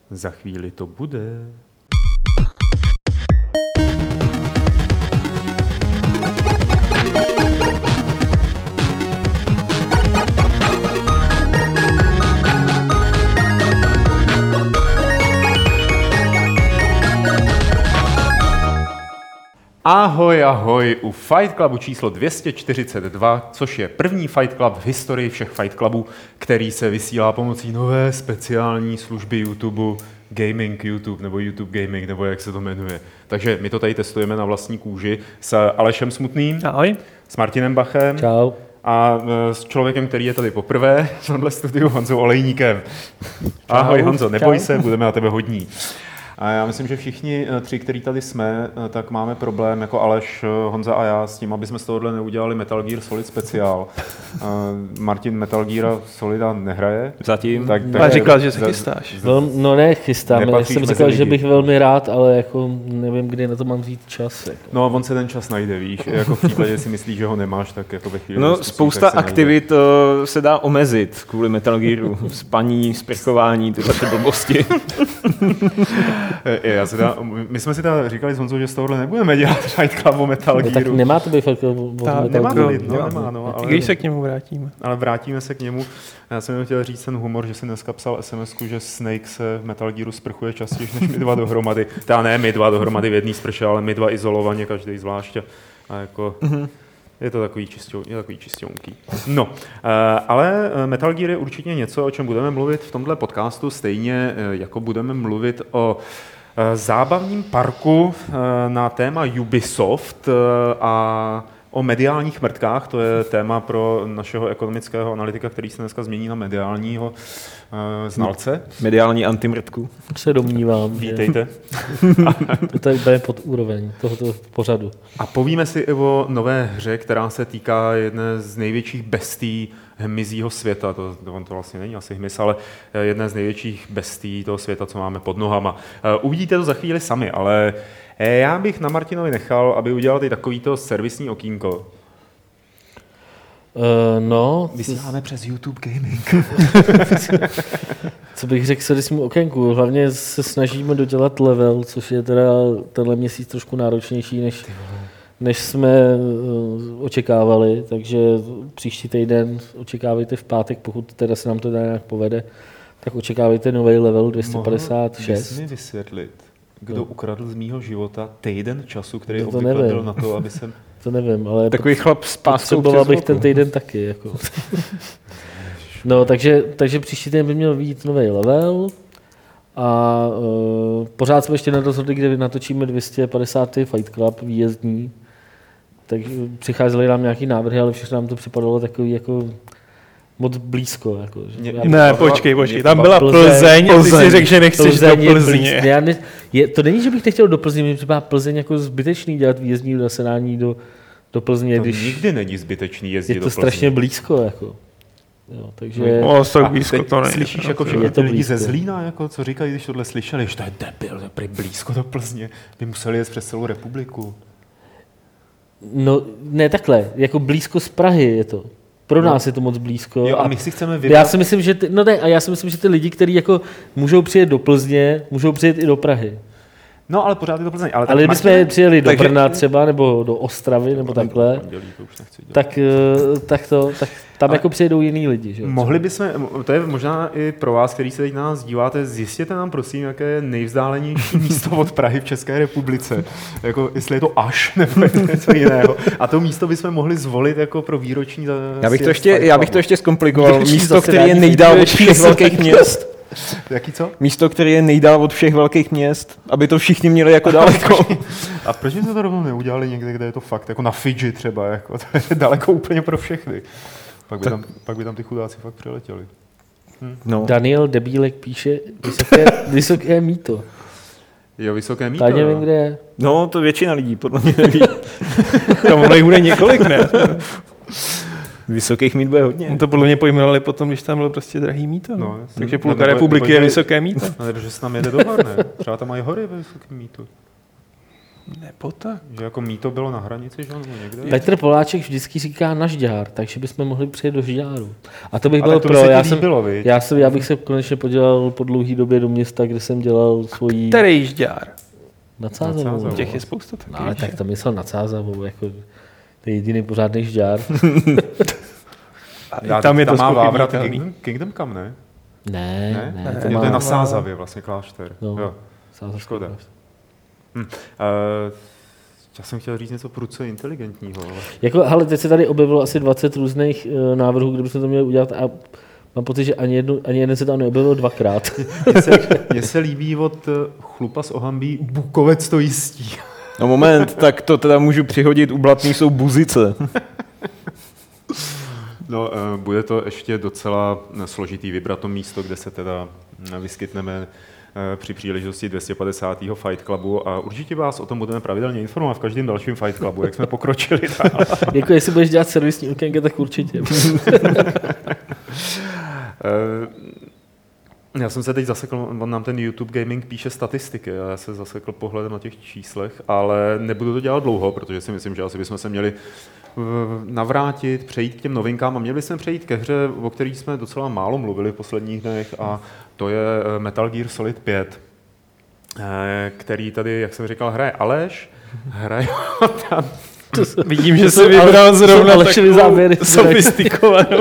Za chvíli to bude. Ahoj, ahoj, u Fight Clubu číslo 242, což je první Fight Club v historii všech Fight Clubů, který se vysílá pomocí nové speciální služby YouTube, Gaming YouTube, nebo YouTube Gaming, nebo jak se to jmenuje. Takže my to tady testujeme na vlastní kůži s Alešem Smutným. Ahoj. S Martinem Bachem. Čau. A s člověkem, který je tady poprvé v tomhle studiu, Honzou Olejníkem. Ahoj Honzo, neboj se, budeme na tebe hodní. A já myslím, že všichni tři, kteří tady jsme, tak máme problém, jako Aleš, Honza a já, s tím, aby jsme z tohohle neudělali Metal Gear Solid speciál. Martin Metal Gear Solida nehraje. Zatím. Tak Ale říkal, že se chystáš. No ne, chystám. Já jsem říkal, lidi. že bych velmi rád, ale jako nevím, kdy na to mám vzít čas. Jako. No, on se ten čas najde, víš. Jako v případě, že si myslíš, že ho nemáš, tak jako ve chvíli... No, spousta aktivit se dá omezit kvůli Metal Gearu. Spaní, sprchování, tyhle blbosti. My jsme si teda říkali s Honzou, že z tohohle nebudeme dělat Fight Club o Metal Gearu. Tak nemá to být Fight Club o Metal Gearu. Nemá, ale... Když se k němu vrátíme. Ale vrátíme se k němu. Já jsem chtěl říct ten humor, že si dneska psal SMS-ku, že Snake se v Metal Gearu sprchuje častěji než my dva dohromady. Teda ne my dva dohromady v jedné sprše, ale my dva izolovaně, každý zvlášť. A jako... Je to takový čisťounký. No, ale Metal Gear je určitě něco, o čem budeme mluvit v tomhle podcastu, stejně jako budeme mluvit o zábavním parku na téma Ubisoft a o mediálních mrtkách. To je téma pro našeho ekonomického analytika, který se dneska změní na mediálního znalce. Mediální antimrtku. Se domnívám. Vítejte. To je úplně pod úroveň tohoto pořadu. A povíme si i o nové hře, která se týká jedné z největších bestí hmyzího světa. On to vlastně není asi hmyz, ale jedné z největších bestí toho světa, co máme pod nohama. Uvidíte to za chvíli sami, ale já bych na Martinovi nechal, aby udělal i takovýto servisní okýnko. No. Vysíláme přes YouTube Gaming. Co bych řekl servisnímu okénku? Hlavně se snažíme dodělat level, což je teda tenhle měsíc trošku náročnější, než jsme očekávali, takže příští týden očekávejte v pátek, pokud teda se nám to nějak povede, tak očekávejte nový level 256. Mohl bys mi vysvětlit, kdo ukradl z mýho života týden času, který to obvykle nevím. byl na to, aby jsem... To nevím, ale Takový chlap s páskou potřeboval přes bych oko. ten týden taky. Jako. No, takže příští týden by měl být nový level a pořád jsme ještě nerozhodli, kde natočíme 250. Fight Club výjezdní. Takže přicházely nám nějaký návrhy, ale všechno nám to připadalo takový jako moc blízko. Jako, Ne, počkej, tam byla Plzeň a ty si řekl, že nechceš do Plzně. To není, že bych nechtěl do Plzně, mě připadá Plzeň jako zbytečný dělat výjezdní zasedání do Plzně, To když nikdy není zbytečný jezdit je do to Plzně. strašně blízko. Jako. Jo, takže... tak blízko to není. Slyšíš jako Je všechny to ty lidi blízko. ze Zlína, jako, co říkají, když tohle slyšeli, že to je debil, to je prý blízko do Plzně, by museli jet přes celou republiku. No, ne takhle, jako blízko z Prahy je to. Pro nás je to moc blízko. Jo, a my si chceme Já si myslím, že ty lidi, kteří jako můžou přijet do Plzně, můžou přijet i do Prahy. No, ale pořád je to Plzeň. Ale kdybychom přijeli do Brna třeba, nebo do Ostravy, nebo takhle, tak tam jako přijedou jiný lidi. Že? Mohli bychom, to je možná i pro vás, který se teď na nás díváte, zjistěte nám prosím, jaké je nejvzdálenější místo od Prahy v České republice. Jako, jestli je to Aš, nebo je to něco jiného. A to místo bychom mohli zvolit jako pro výroční Já bych to ještě zkomplikoval. Výroční Místo, které je zasedání nejdál od všech velkých měst. Jaký co? Místo, které je nejdál od všech velkých měst, aby to všichni měli jako daleko. A proč jsme to rovnou neudělali někde, kde je to fakt, jako na Fidži třeba, jako, to je daleko úplně pro všechny. Pak by tam ty chudáci fakt přiletěli. No. Daniel Debílek píše vysoké mýto. Jo, vysoké mýto. Já nevím, kde je. No, to většina lidí podle mě neví. Tam ono jich bude několik, ne? Vysokých mít bude hodně. No to podle mě pojmenovali potom, když tam bylo prostě drahý mýto. No, takže půlka republiky je vysoké mýto. Ale protože se tam jede do hor, ne? Třeba tam mají hory ve vysokém mýtu. Nebo tak. Že jako mýto bylo na hranici, že? Nebo někde? Petr Poláček vždycky říká na Žďár, takže bychom mohli přijet do Žďáru. A to bych Ale byl to by pro. se ti líbilo, viď? Já bych se konečně podíval po dlouhé době do města, kde jsem dělal svoji... Který Žďár? Nad Sázavou. Sázavou. Těch je spousta taky. No, ale tak to myslel Nad Sázavou, jako to je jediný pořádný Žďár. A tam je to má Vávrat zpochybnitelný. Kingdom Come, ne? Ne. To je na Sázavě vlastně klášter. No. Jo. Sázavský Škoda. klášter. Já jsem chtěl říct něco prudce inteligentního, ale... Jako, hele, teď se tady objevilo asi 20 různých návrhů, kde bychom to měli udělat a mám pocit, že ani jeden se tam neobjevil dvakrát. Mně se líbí od chlupa z Ohambí Bukovec to jistí. No moment, tak to teda můžu přihodit, u Blatný jsou Buzice. No, bude to ještě docela složitý vybrat to místo, kde se teda vyskytneme při příležitosti 250. Fight Clubu a určitě vás o tom budeme pravidelně informovat v každém dalším Fight Clubu, jak jsme pokročili. Jako jestli budeš dělat servisní okénka, tak určitě. Já jsem se teď zasekl, on nám ten YouTube Gaming píše statistiky, já se zasekl pohledem na těch číslech, ale nebudu to dělat dlouho, protože si myslím, že asi bychom se měli navrátit, přejít k těm novinkám a měli jsme přejít ke hře, o které jsme docela málo mluvili v posledních dnech a to je Metal Gear Solid 5, který tady, jak jsem říkal, hraje Aleš, hraje tam... Vidím, že jsi vybral zrovna takovou sofistikovanou.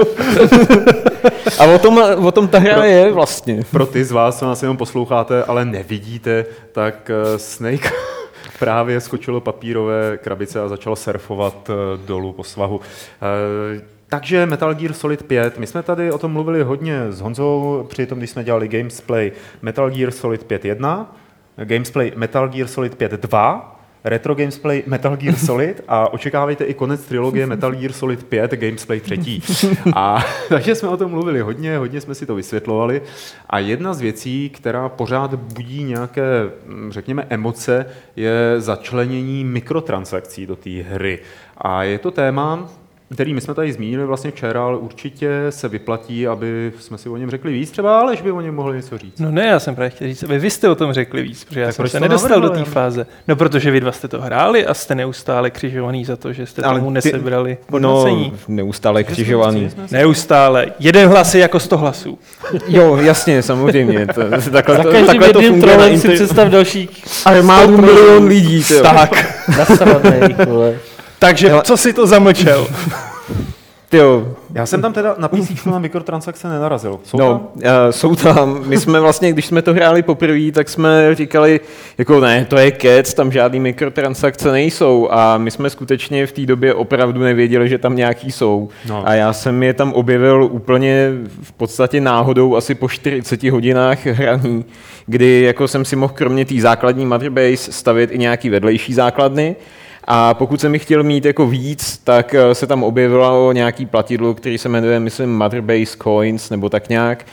A o tom ta hra je vlastně. Pro ty z vás, co nás jenom posloucháte, ale nevidíte, tak Snake právě skočilo papírové krabice a začalo surfovat dolů po svahu. Takže Metal Gear Solid 5. My jsme tady o tom mluvili hodně s Honzou, při tom, když jsme dělali Gamesplay Metal Gear Solid 5.1, Gamesplay Metal Gear Solid 5.2, Retro Gamesplay Metal Gear Solid a očekávejte i konec trilogie Metal Gear Solid 5 Gamesplay 3. Takže jsme o tom mluvili hodně jsme si to vysvětlovali a jedna z věcí, která pořád budí nějaké, řekněme, emoce, je začlenění mikrotransakcí do té hry. A je to téma, který my jsme tady zmínili vlastně včera, ale určitě se vyplatí, aby jsme si o něm řekli víc, třeba Aleš by o něm mohl něco říct. No ne, já jsem právě chtěl říct, vy jste o tom řekli víc, protože já jsem se nedostal navrhujeme do té fáze. No protože vy dva jste to hráli a jste neustále křižovaný za to, že jste tomu nesebrali hodnocení. No, neustále křižovaný. Neustále. Jeden hlas je jako 100 hlasů. Jo, jasně, samozřejmě. Za každým jedným trolem si představ další armádu milion lidí. Tak. Nasranej, vole. Takže co si to zamlčel? Jo. Já jsem tam teda na PC na mikrotransakce nenarazil. Jsou tam. My jsme vlastně, když jsme to hráli poprvé, tak jsme říkali, jako ne, to je kec, tam žádný mikrotransakce nejsou a my jsme skutečně v té době opravdu nevěděli, že tam nějaký jsou. No. A já jsem je tam objevil úplně v podstatě náhodou asi po 40 hodinách hraní, kdy jako jsem si mohl kromě té základní Motherbase stavět i nějaký vedlejší základny. A pokud jsem jich chtěl mít jako víc, tak se tam objevilo nějaký platidlo, který se jmenuje, myslím, Motherbase Coins, nebo tak nějak,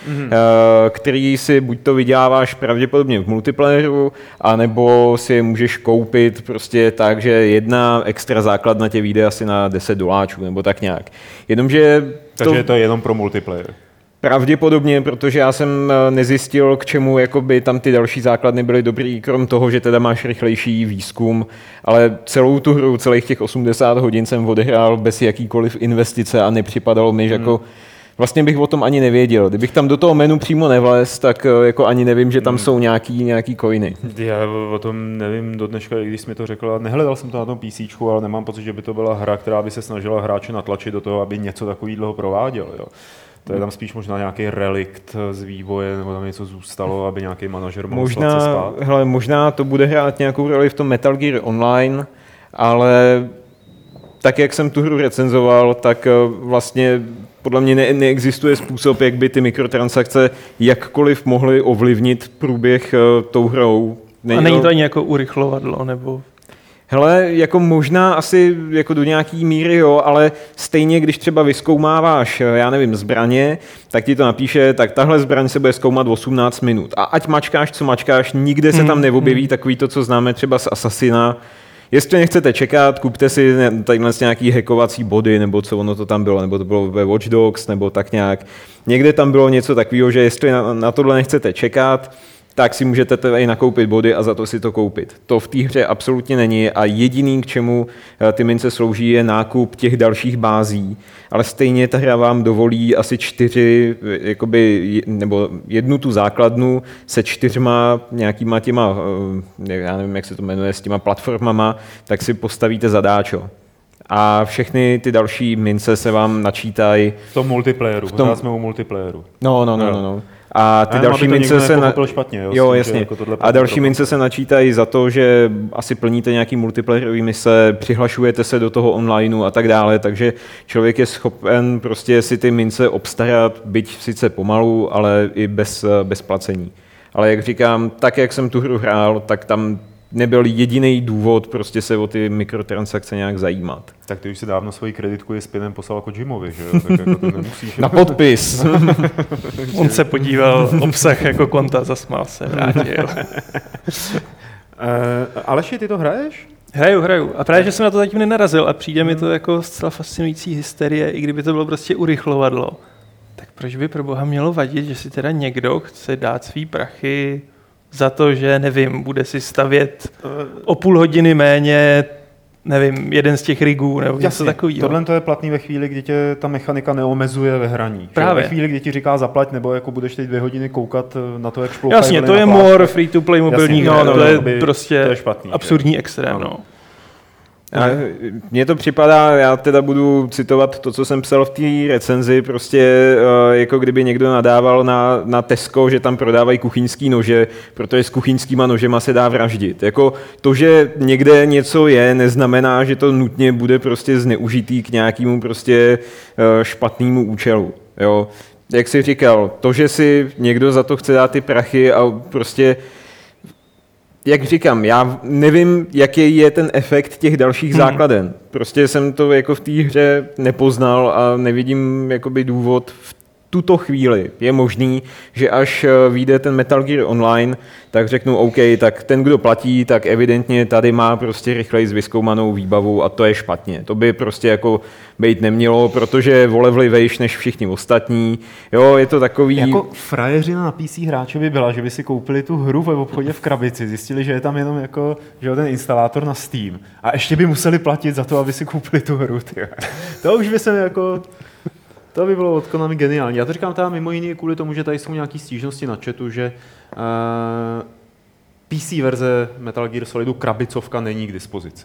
který si buď to vyděláváš pravděpodobně v multiplayeru, anebo si je můžeš koupit prostě tak, že jedna extra základna tě vyjde asi na $10, nebo tak nějak. Jenomže takže je to jenom pro multiplayer. Pravděpodobně, protože já jsem nezjistil, k čemu jakoby tam ty další základny byly dobrý, krom toho, že teda máš rychlejší výzkum, ale celou tu hru, celých těch 80 hodin jsem odehrál bez jakýkoliv investice a nepřipadalo mi, že jako vlastně bych o tom ani nevěděl. Kdybych tam do toho menu přímo nevlez, tak jako ani nevím, že tam jsou nějaký coiny. Já o tom nevím do dneška, i když jsi mi to řekl, nehledal jsem to na tom PCčku, ale nemám pocit, že by to byla hra, která by se snažila hráče natlačit do toho, aby něco takového prováděl. Jo. To je tam spíš možná nějaký relikt z vývoje, nebo tam něco zůstalo, aby nějaký manažer mohl sladce spát. Možná to bude hrát nějakou roli v tom Metal Gear Online, ale tak, jak jsem tu hru recenzoval, tak vlastně podle mě neexistuje způsob, jak by ty mikrotransakce jakkoliv mohly ovlivnit průběh tou hrou. Není to ani jako urychlovadlo, nebo... Hele, jako možná asi jako do nějaký míry, jo, ale stejně, když třeba vyzkoumáváš, já nevím, zbraně, tak ti to napíše, tak tahle zbraň se bude zkoumat 18 minut. A ať mačkáš, co mačkáš, nikde se tam neobjeví takový to, co známe třeba z Assassina. Jestli nechcete čekat, kupte si tadyhle nějaký hackovací body, nebo co ono to tam bylo, nebo to bylo ve Watch Dogs, nebo tak nějak. Někde tam bylo něco takového, že jestli na tohle nechcete čekat, tak si můžete tady nakoupit body a za to si to koupit. To v té hře absolutně není a jediný, k čemu ty mince slouží, je nákup těch dalších bází, ale stejně ta hra vám dovolí asi 4, nebo jednu tu základnu se 4 nějakýma těma, já nevím, jak se to jmenuje, s těma platformama, tak si postavíte zadáčo. A všechny ty další mince se vám načítají. V tom multiplayeru, pořád jsme u multiplayeru. No. A ty další mince se špatně, jo, jasně. Jako a další mince se načítají za to, že asi plníte nějaký multiplayerový mise, přihlašujete se do toho onlineu a tak dále, takže člověk je schopen prostě si ty mince obstarat, byť sice pomalu, ale i bez placení. Ale jak říkám, tak jak jsem tu hru hrál, tak tam nebyl jediný důvod prostě se o ty mikrotransakce nějak zajímat. Tak ty už si dávno svoji kreditku s pinem poslal Kojimovi, že jo? Tak jako to nemusíš. Na podpis. On se podíval, obsah jako konta, zasmál se, vrátil. Aleši, ty to hraješ? Hraju. A právě, že jsem na to zatím nenarazil a přijde mi to jako zcela fascinující hysterie, i kdyby to bylo prostě urychlovadlo. Tak proč by pro boha mělo vadit, že si teda někdo chce dát svý prachy za to, že, nevím, bude si stavět o půl hodiny méně, nevím, jeden z těch rigů nebo něco takového. Tohle to je platný ve chvíli, kdy tě ta mechanika neomezuje ve hraní. Právě. Ve chvíli, kdy ti říká zaplať, nebo jako budeš teď 2 hodiny koukat na to, jak šplouchají. Jasně, to je more free-to-play mobilních her, to je prostě to je špatný, absurdní extrém. No. Mně to připadá, já teda budu citovat to, co jsem psal v té recenzi, prostě jako kdyby někdo nadával na Tesco, že tam prodávají kuchyňský nože, protože s kuchyňskýma nožema se dá vraždit. Jako to, že někde něco je, neznamená, že to nutně bude prostě zneužitý k nějakému prostě špatnému účelu. Jo? Jak jsi říkal, to, že si někdo za to chce dát ty prachy a prostě jak říkám, já nevím, jaký je ten efekt těch dalších základen. Prostě jsem to jako v té hře nepoznal a nevidím jakoby důvod v tuto chvíli. Je možný, že až vyjde ten Metal Gear Online, tak řeknu OK, tak ten, kdo platí, tak evidentně tady má prostě rychleji vyzkoumanou výbavu a to je špatně. To by prostě jako být nemělo, protože volevlivejš než všichni ostatní. Jo, je to takový... Jako frajeřina na PC hráče by byla, že by si koupili tu hru ve obchodě v krabici, zjistili, že je tam jenom jako, že ten instalátor na Steam a ještě by museli platit za to, aby si koupili tu hru. Tyjo. To už by se jako... To by bylo od Konami geniální. Já to říkám teda mimo jiný kvůli tomu, že tady jsou nějaké stížnosti na chatu, že PC verze Metal Gear Solidu krabicovka není k dispozici.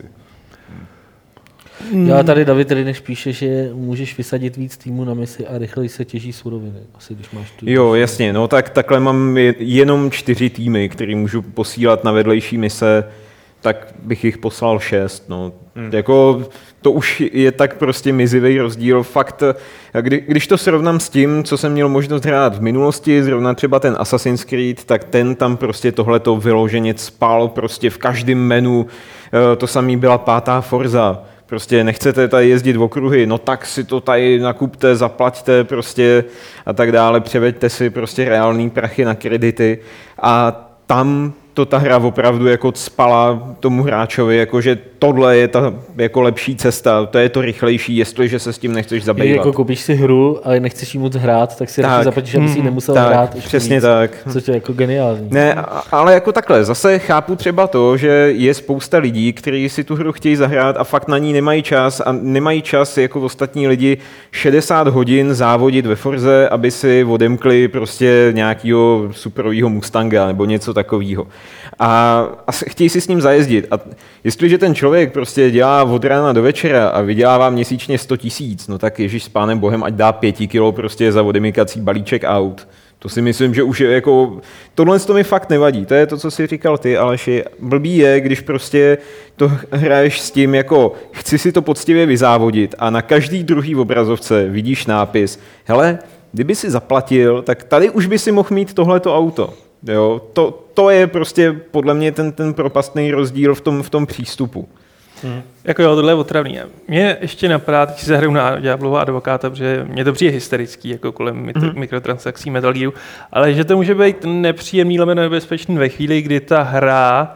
Já tady David Ryneš píše, že můžeš vysadit víc týmů na misi a rychleji se těží suroviny. Asi když máš tu... Jo, jasně, no tak takhle mám jenom 4 týmy, který můžu posílat na vedlejší mise, tak bych jich poslal 6, no. Jako to už je tak prostě mizivý rozdíl. Fakt, když to srovnám s tím, co jsem měl možnost hrát v minulosti, zrovna třeba ten Assassin's Creed, tak ten tam prostě tohleto vyloženě spal prostě v každém menu. To samý byla 5. Forza. Prostě nechcete tady jezdit v okruhy, no tak si to tady nakupte, zaplaťte prostě a tak dále, převeďte si prostě reální prachy na kredity a tam to ta hra opravdu jako cpala tomu hráčovi, jakože tohle je ta jako lepší cesta, to je to rychlejší, jestliže se s tím nechceš zabývat. Jako koupíš si hru, ale nechceš jí moc hrát, tak si radši zaplatíš, aby si ji nemusel hrát. Přesně víc, tak. Což je jako geniální. Ne, ale jako takhle, zase chápu třeba to, že je spousta lidí, kteří si tu hru chtějí zahrát a fakt na ní nemají čas a nemají čas jako ostatní lidi 60 hodin závodit ve Forze, aby si odemkli prostě nějakýho superovýho Mustanga nebo něco takového. A chtějí si s ním zajezdit. A jestliže ten člověk prostě dělá od rána do večera a vydělává měsíčně 100 000, no tak Ježíš s pánem Bohem, ať dá 5 kilo prostě za odemykací balíček aut. To si myslím, že už je jako... Tohle to mi fakt nevadí. To je to, co jsi říkal ty, Aleši. Blbý je, když prostě to hraješ s tím, jako chci si to poctivě vyzávodit a na každý druhý obrazovce vidíš nápis, hele, kdyby si zaplatil, tak tady už by si mohl mít tohleto auto. Jo, to je prostě podle mě ten propastný rozdíl v tom přístupu. Jako jo, tohle je otravný. Mě ještě napadá, teď si zahraju na Diablova advokáta, protože mě to přijde hysterický, jako kolem mikrotransakcí Metal Gearu, ale že to může být nepříjemný, lomeno nebezpečný ve chvíli, kdy ta hra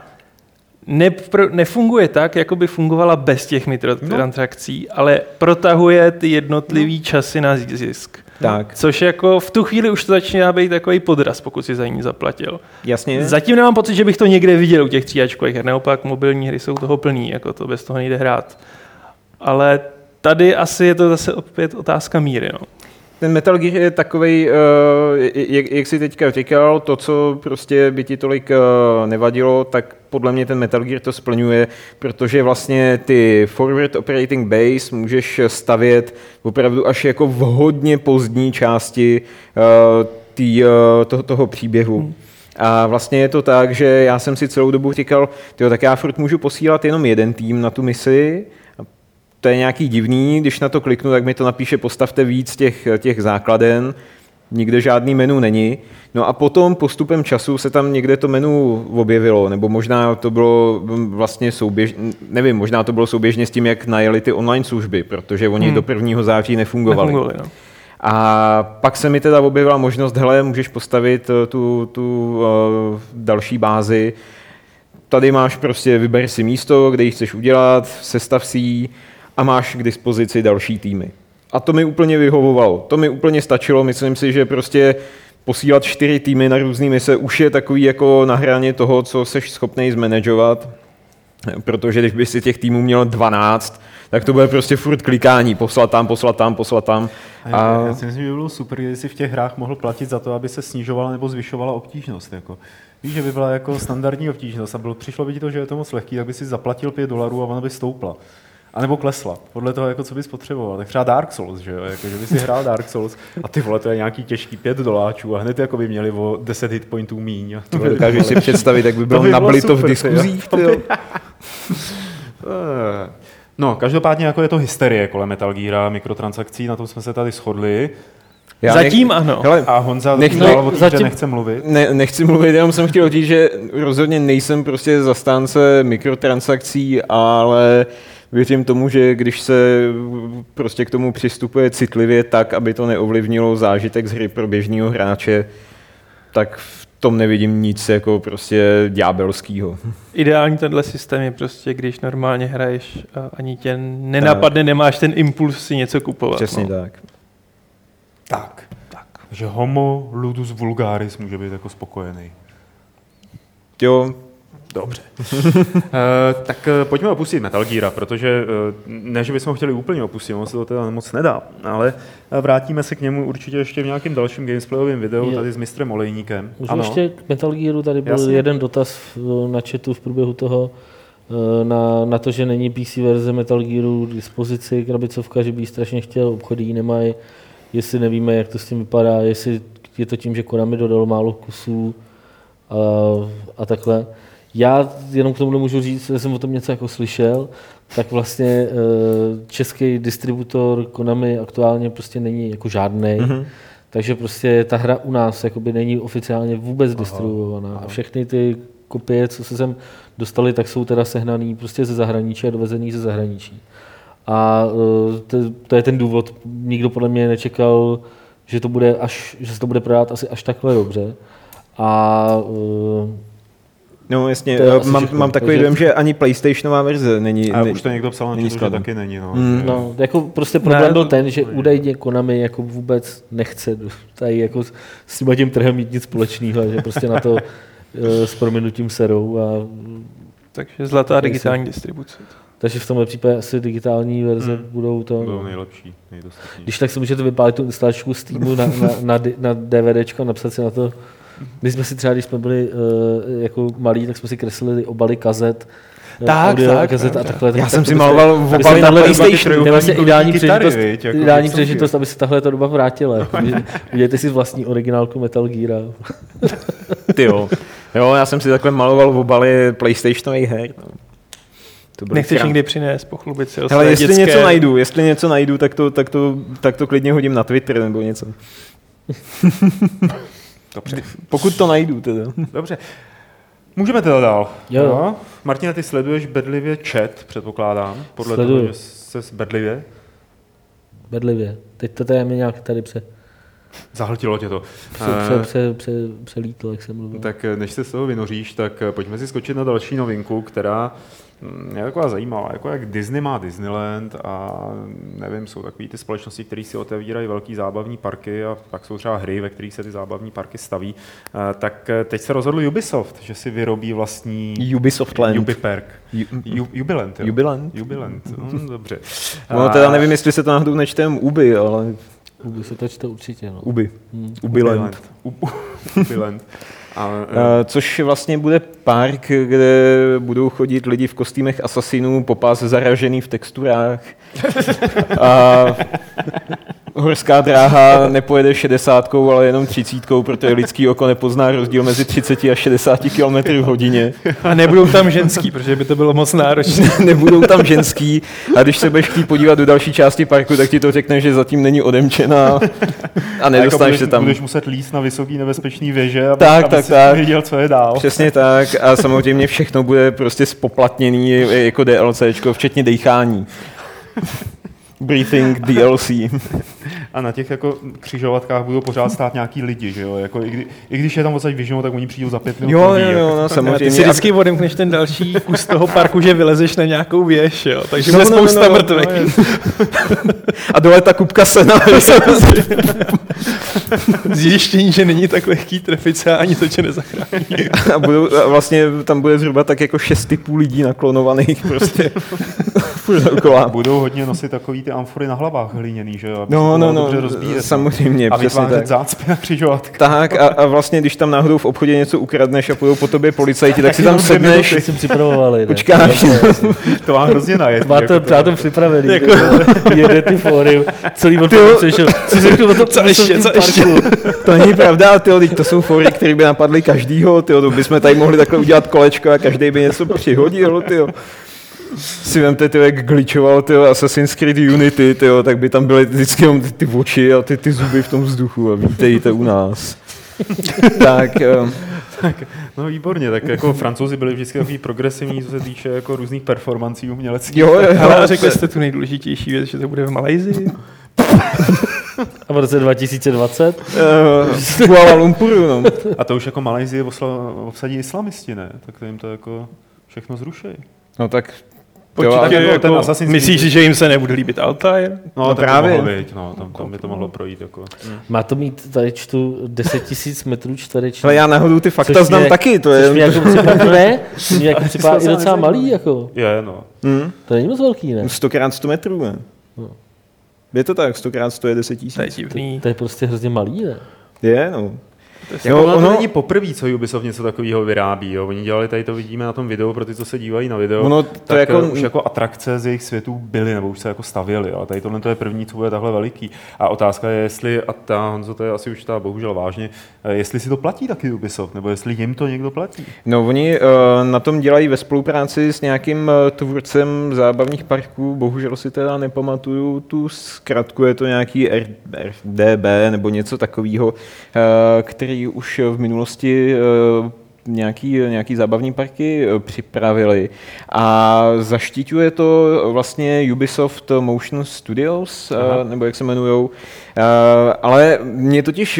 nefunguje tak, jako by fungovala bez těch mikrotransakcí, ale protahuje ty jednotlivý časy na zisk. Tak, Což jako v tu chvíli už to začíná být takový podraz, pokud si za ní zaplatil. jasně. Zatím nemám pocit, že bych to někde viděl u těch tříáčkových her, naopak mobilní hry jsou toho plný, jako to bez toho nejde hrát. Ale tady asi je to zase opět otázka míry. No. Ten Metal Gear je takovej, jak jsi teďka říkal, to, co prostě by ti tolik nevadilo, tak podle mě ten Metal Gear to splňuje, protože vlastně ty forward operating base můžeš stavět opravdu až jako v hodně pozdní části toho příběhu. A vlastně je to tak, že já jsem si celou dobu říkal, tyjo, tak já furt můžu posílat jenom jeden tým na tu misi. To je nějaký divný, když na to kliknu, tak mi to napíše postavte víc těch základen, nikde žádný menu není. No a potom postupem času se tam někde to menu objevilo, nebo možná to bylo vlastně nevím, možná to bylo souběžně s tím, jak najeli ty online služby, protože oni do 1. září nefungovali. No. A pak se mi teda objevila možnost, hele, můžeš postavit tu další bázi. Tady máš prostě, vyber si místo, kde ji chceš udělat, sestav si ji a máš k dispozici další týmy. A to mi úplně vyhovovalo. To mi úplně stačilo. Myslím si, že prostě posílat 4 týmy na různé mise už je takový jako na hraně toho, co seš schopnej zmanageovat. Protože když by si těch týmů měl 12, tak to bude prostě furt klikání. Poslat tam. Já si myslím, že by bylo super, kdyby si v těch hrách mohl platit za to, aby se snižovala nebo zvyšovala obtížnost. Jako. Víš, že by byla jako standardní obtížnost a přišlo by ti to, že je to moc lehký, tak by si zaplatil $5 a ona by stoupla. A nebo klesla, podle toho, jako co bys potřeboval. Tak třeba Dark Souls, že jo? Jako, že by si hrál Dark Souls a ty vole, to je nějaký těžký $5 a hned jako by měli o 10 hitpointů míň. Dokážu si představit, jak by bylo nablito v diskuzích. No, každopádně jako je to hysterie kolem Metal Geara, mikrotransakcí, na tom jsme se tady shodli. Zatím ano. Hele, A Honza nechce mluvit. Nechci mluvit, jenom jsem chtěl říct, že rozhodně nejsem prostě zastánce mikrotransakcí, ale věřím tomu, že když se prostě k tomu přistupuje citlivě tak, aby to neovlivnilo zážitek z hry pro běžného hráče, tak v tom nevidím nic jako prostě ďábelskýho. Ideální tenhle systém je prostě, když normálně hraješ a ani tě nenapadne, nemáš ten impuls si něco kupovat. Přesně no. Tak. Takže homo ludus vulgaris může být jako spokojený. Jo. Dobře. Tak pojďme opustit Metal Geara, protože ne, že bychom ho chtěli úplně opustit, on se to teda moc nedá, ale vrátíme se k němu určitě ještě v nějakém dalším gamesplayovém videu tady s mistrem Olejníkem. Můžu ještě k Metal Gearu, tady byl jeden dotaz na chatu v průběhu toho, na to, že není PC verze Metal Gearu k dispozici, krabicovka, že by ji strašně chtěl, obchody ji nemají, jestli nevíme, jak to s tím vypadá, jestli je to tím, že Konami dodal málo kusů a takhle. Já jenom k tomu můžu říct, že jsem o tom něco jako slyšel, tak vlastně český distributor Konami aktuálně prostě není jako žádnej, takže prostě ta hra u nás jakoby není oficiálně vůbec distribuovaná. A všechny ty kopie, co se sem dostali, tak jsou teda sehnaný prostě ze zahraničí a dovezený ze zahraničí. A to je ten důvod, nikdo podle mě nečekal, že se to bude prodávat asi až takhle dobře. No jasně, mám takový dojem, že ani PlayStationová verze není. A už to někdo psal na že taky není. No, jako prostě problém byl ten, že údajně Konami jako vůbec nechce tady jako s tím trhem mít nic společného, že prostě na to s prominutím serou. Takže zlatá digitální distribuce. Takže v tomhle případě asi digitální verze budou nejlepší, nejdostatnější. Když tak si můžete vypálit tu instalačku z Steamu na DVDčko a napsat si na to. My jsme si třeba, když jsme byli jako malí, tak jsme si kreslili obaly kazet. Kazet a takhle. Já jsem si maloval v obaly na PlayStation. To je vlastně ideální příležitost, aby se tahle doba vrátila. Udělejte si vlastní originálku Metal Geara. Jo, já jsem si takhle maloval v obaly PlayStationových her. Nechceš nikdy přinést, pochlubit si o své dětské... Jestli něco najdu, tak to klidně hodím na Twitter nebo něco. Dobře. Pokud to najdu teda. Dobře. Můžeme teda dál. Jo. No. Martina, ty sleduješ bedlivě chat, předpokládám. Podle toho, že ses bedlivě. Bedlivě. Teď to tady mi nějak tady Zahltilo tě to. Přelítlo, jak jsem mluvil. Tak než se z toho vynoříš, tak pojďme si skočit na další novinku, která je taková zajímavá, jako jak Disney má Disneyland a nevím, jsou takový ty společnosti, které si otevírají velký zábavní parky a pak jsou třeba hry, ve kterých se ty zábavní parky staví. Tak teď se rozhodl Ubisoft, že si vyrobí vlastní Ubisoftland. Ubipark. Jubiland, jo? Jubiland, dobře. No teda nevím, jestli se to náhodou nečtem Ubi, ale... Ubi se to čte určitě, no. Ubiland. Ubiland. Což vlastně bude park, kde budou chodit lidi v kostýmech asasinů, popás zaražený v texturách. A horská dráha nepojede 60, ale jenom 30, protože lidský oko nepozná rozdíl mezi 30 a 60 km v hodině. A nebudou tam ženský, protože by to bylo moc náročné. Nebudou tam ženský a když se budeš chtít podívat do další části parku, tak ti to řekne, že zatím není odemčená a nedostaneš se tam. Budeš muset líst na vysoký nebezpečný věže, aby si věděl, co je dál. Přesně tak a samozřejmě všechno bude prostě spoplatněný jako DLCčko, včetně dejchání. Breathing DLC. A na těch jako křižovatkách budou pořád stát nějaký lidi, že jo? Jako i když je tam odsaď vyženou, tak oni přijdou za 5 minut. Jo, no, samozřejmě. Ty si vždycky odemkneš ten další kus toho parku, že vylezeš na nějakou věž, jo? Takže bude spousta mrtvek. A dole ta kupka sena. Zjištění, že není tak lehký trefit se a ani to tě nezachrání. A vlastně tam bude zhruba tak jako 6 typů lidí naklonovaných prostě. Budou hodně nosit takový ty amfory na hlavách hliněný, že jo? No, samozřejmě. A vytvářet zácpy na křižovatky. Tak a vlastně, když tam náhodou v obchodě něco ukradneš a půjdou po tobě policajti, tak si tam sedneš. Si připravovali. Počkáš. To mám hrozně najet. Máte to připravený. Jede ty fóry, celý od přešel. Co řeknu o tom, co ještě. To není pravda, teď to jsou fóry, které by napadly každýho, to bychom tady mohli takhle udělat kolečko a každý by něco přihodil, si vemte, jak glitchoval Assassin's Creed Unity, tak by tam byly vždycky ty oči a ty zuby v tom vzduchu a vítejte u nás. Tak, no výborně, tak jako Francouzi byli vždycky takový progresivní, co se týče jako různých performancí uměleckých. Jo, ale řekli jste tu nejdůležitější věc, že to bude v Malajsii? A v roce 2020? Kuala Lumpuru, no. A to už jako Malajsii obsadí islamisti, ne? Tak to jim to jako všechno zruší. No tak... Myslíš, že jim se nebude líbit Altair? No právě. Tam by to mohlo projít. Jako. Má to mít, tady čtu 10 000 metrů čtverečních. Ale já náhodou ty fakta znám taky. To je... Mě jako připadá i docela malý. Jako. Je, no. To není moc velký, ne? 100x100 metrů, ne? No. Je to tak, 100x100 je 10 000. To je prostě hrozně malý, ne? Je, no. Ono není poprvé, co Ubisoft něco takového vyrábí. Jo. Oni dělali, tady to vidíme na tom videu, pro ty, co se dívají na video, tak jako... už jako atrakce z jejich světů byly, nebo už se jako stavěly, ale tady tohle to je první, co bude takhle veliký. A otázka je, jestli, a Honzo, to je asi už bohužel vážně, jestli si to platí taky Ubisoft, nebo jestli jim to někdo platí. No oni na tom dělají ve spolupráci s nějakým tvůrcem zábavních parků, bohužel si teda nepamatuju tu zkratku, je to nějaký RDB nebo něco takového, který už v minulosti nějaký zábavní parky připravili a zaštiťuje to vlastně Ubisoft Motion Studios, nebo jak se jmenujou. Ale mě totiž,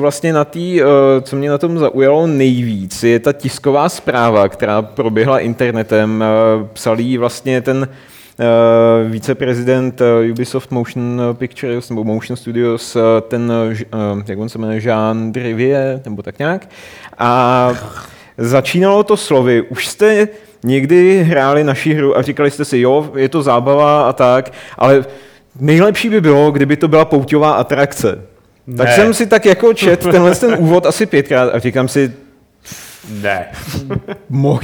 co mě na tom zaujalo nejvíc, je ta tisková zpráva, která proběhla internetem. Psal jí vlastně ten viceprezident Ubisoft Motion Pictures nebo Motion Studios, ten, jak on se jmenuje, Jean Drivier, nebo tak nějak. A začínalo to slovy, už jste někdy hráli naši hru a říkali jste si, jo, je to zábava a tak, ale nejlepší by bylo, kdyby to byla pouťová atrakce. Ne. Tak jsem si tak jako čet ten úvod asi 5krát a říkám si, ne. Mohlo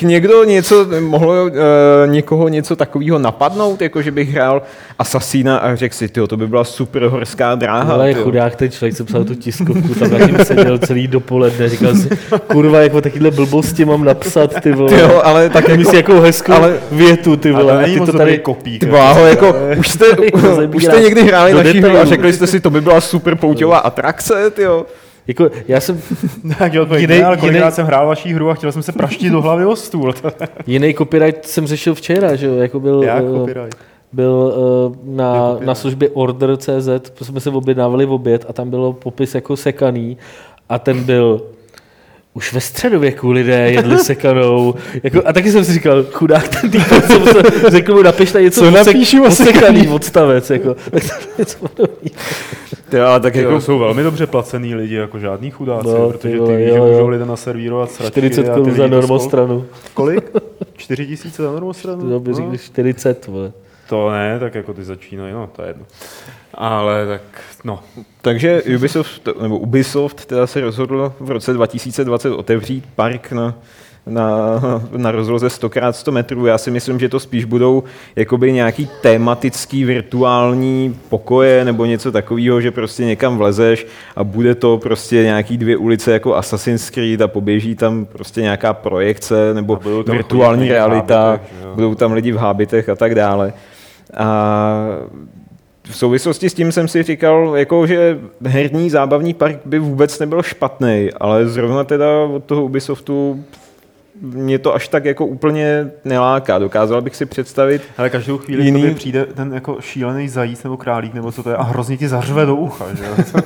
někoho něco takového napadnout, jako že bych hrál Assassina a řekl si, to by byla super horská dráha. Ale chudák ten člověk, co psal tu tiskovku, tam na tím seděl celý dopoledne, říkal si, kurva, jako takovýhle blbosti mám napsat, ty vole. Jo, ale tak jako, si jakou hezkou větu, ty vole. Ale ty to tady kopík. Jako, už jste někdy hráli naši hru a řekli jste si, to by byla super pouťová atrakce, tyjo. Jako, já jsem... ale kolikrát jsem hrál vaší hru a chtěl jsem se praštit do hlavy o stůl. Jiný copyright jsem řešil včera, že jo, jako byl... Jak copyright? byl na službě Order.cz, jsme se objednávali v oběd a tam bylo popis jako sekaný a ten byl už ve středověku lidé jedli sekanou. Jako, a taky jsem si říkal, chudák ten týpek, jsem se řekl mu, napiš tady něco o sekaný odstavec. Jako. Tak to něco podobný. Tak jako jsou velmi dobře placený lidi, jako žádný chudáci, protože ty víš, že můžou lidem naservírovat sračky. 40 korun za normostranu. Kolik? 4 000 za normostranu? To by řekli 40, vole. To ne, tak jako ty začínají, no to je jedno. Ale tak, no. Takže Ubisoft teda se rozhodl v roce 2020 otevřít park na rozloze 100x100 metrů. Já si myslím, že to spíš budou jakoby nějaký tematický virtuální pokoje nebo něco takového, že prostě někam vlezeš a bude to prostě nějaký 2 ulice jako Assassin's Creed a poběží tam prostě nějaká projekce nebo virtuální realita, budou tam lidi v hábitech a tak dále. A v souvislosti s tím jsem si říkal, jako, že herní zábavní park by vůbec nebyl špatný, ale zrovna teda od toho Ubisoftu mě to až tak jako úplně neláká. Dokázal bych si představit. Ale každou chvíli tobě přijde ten jako šílený zajíc nebo králík, nebo co to je, a hrozně ti zařve do ucha. Že?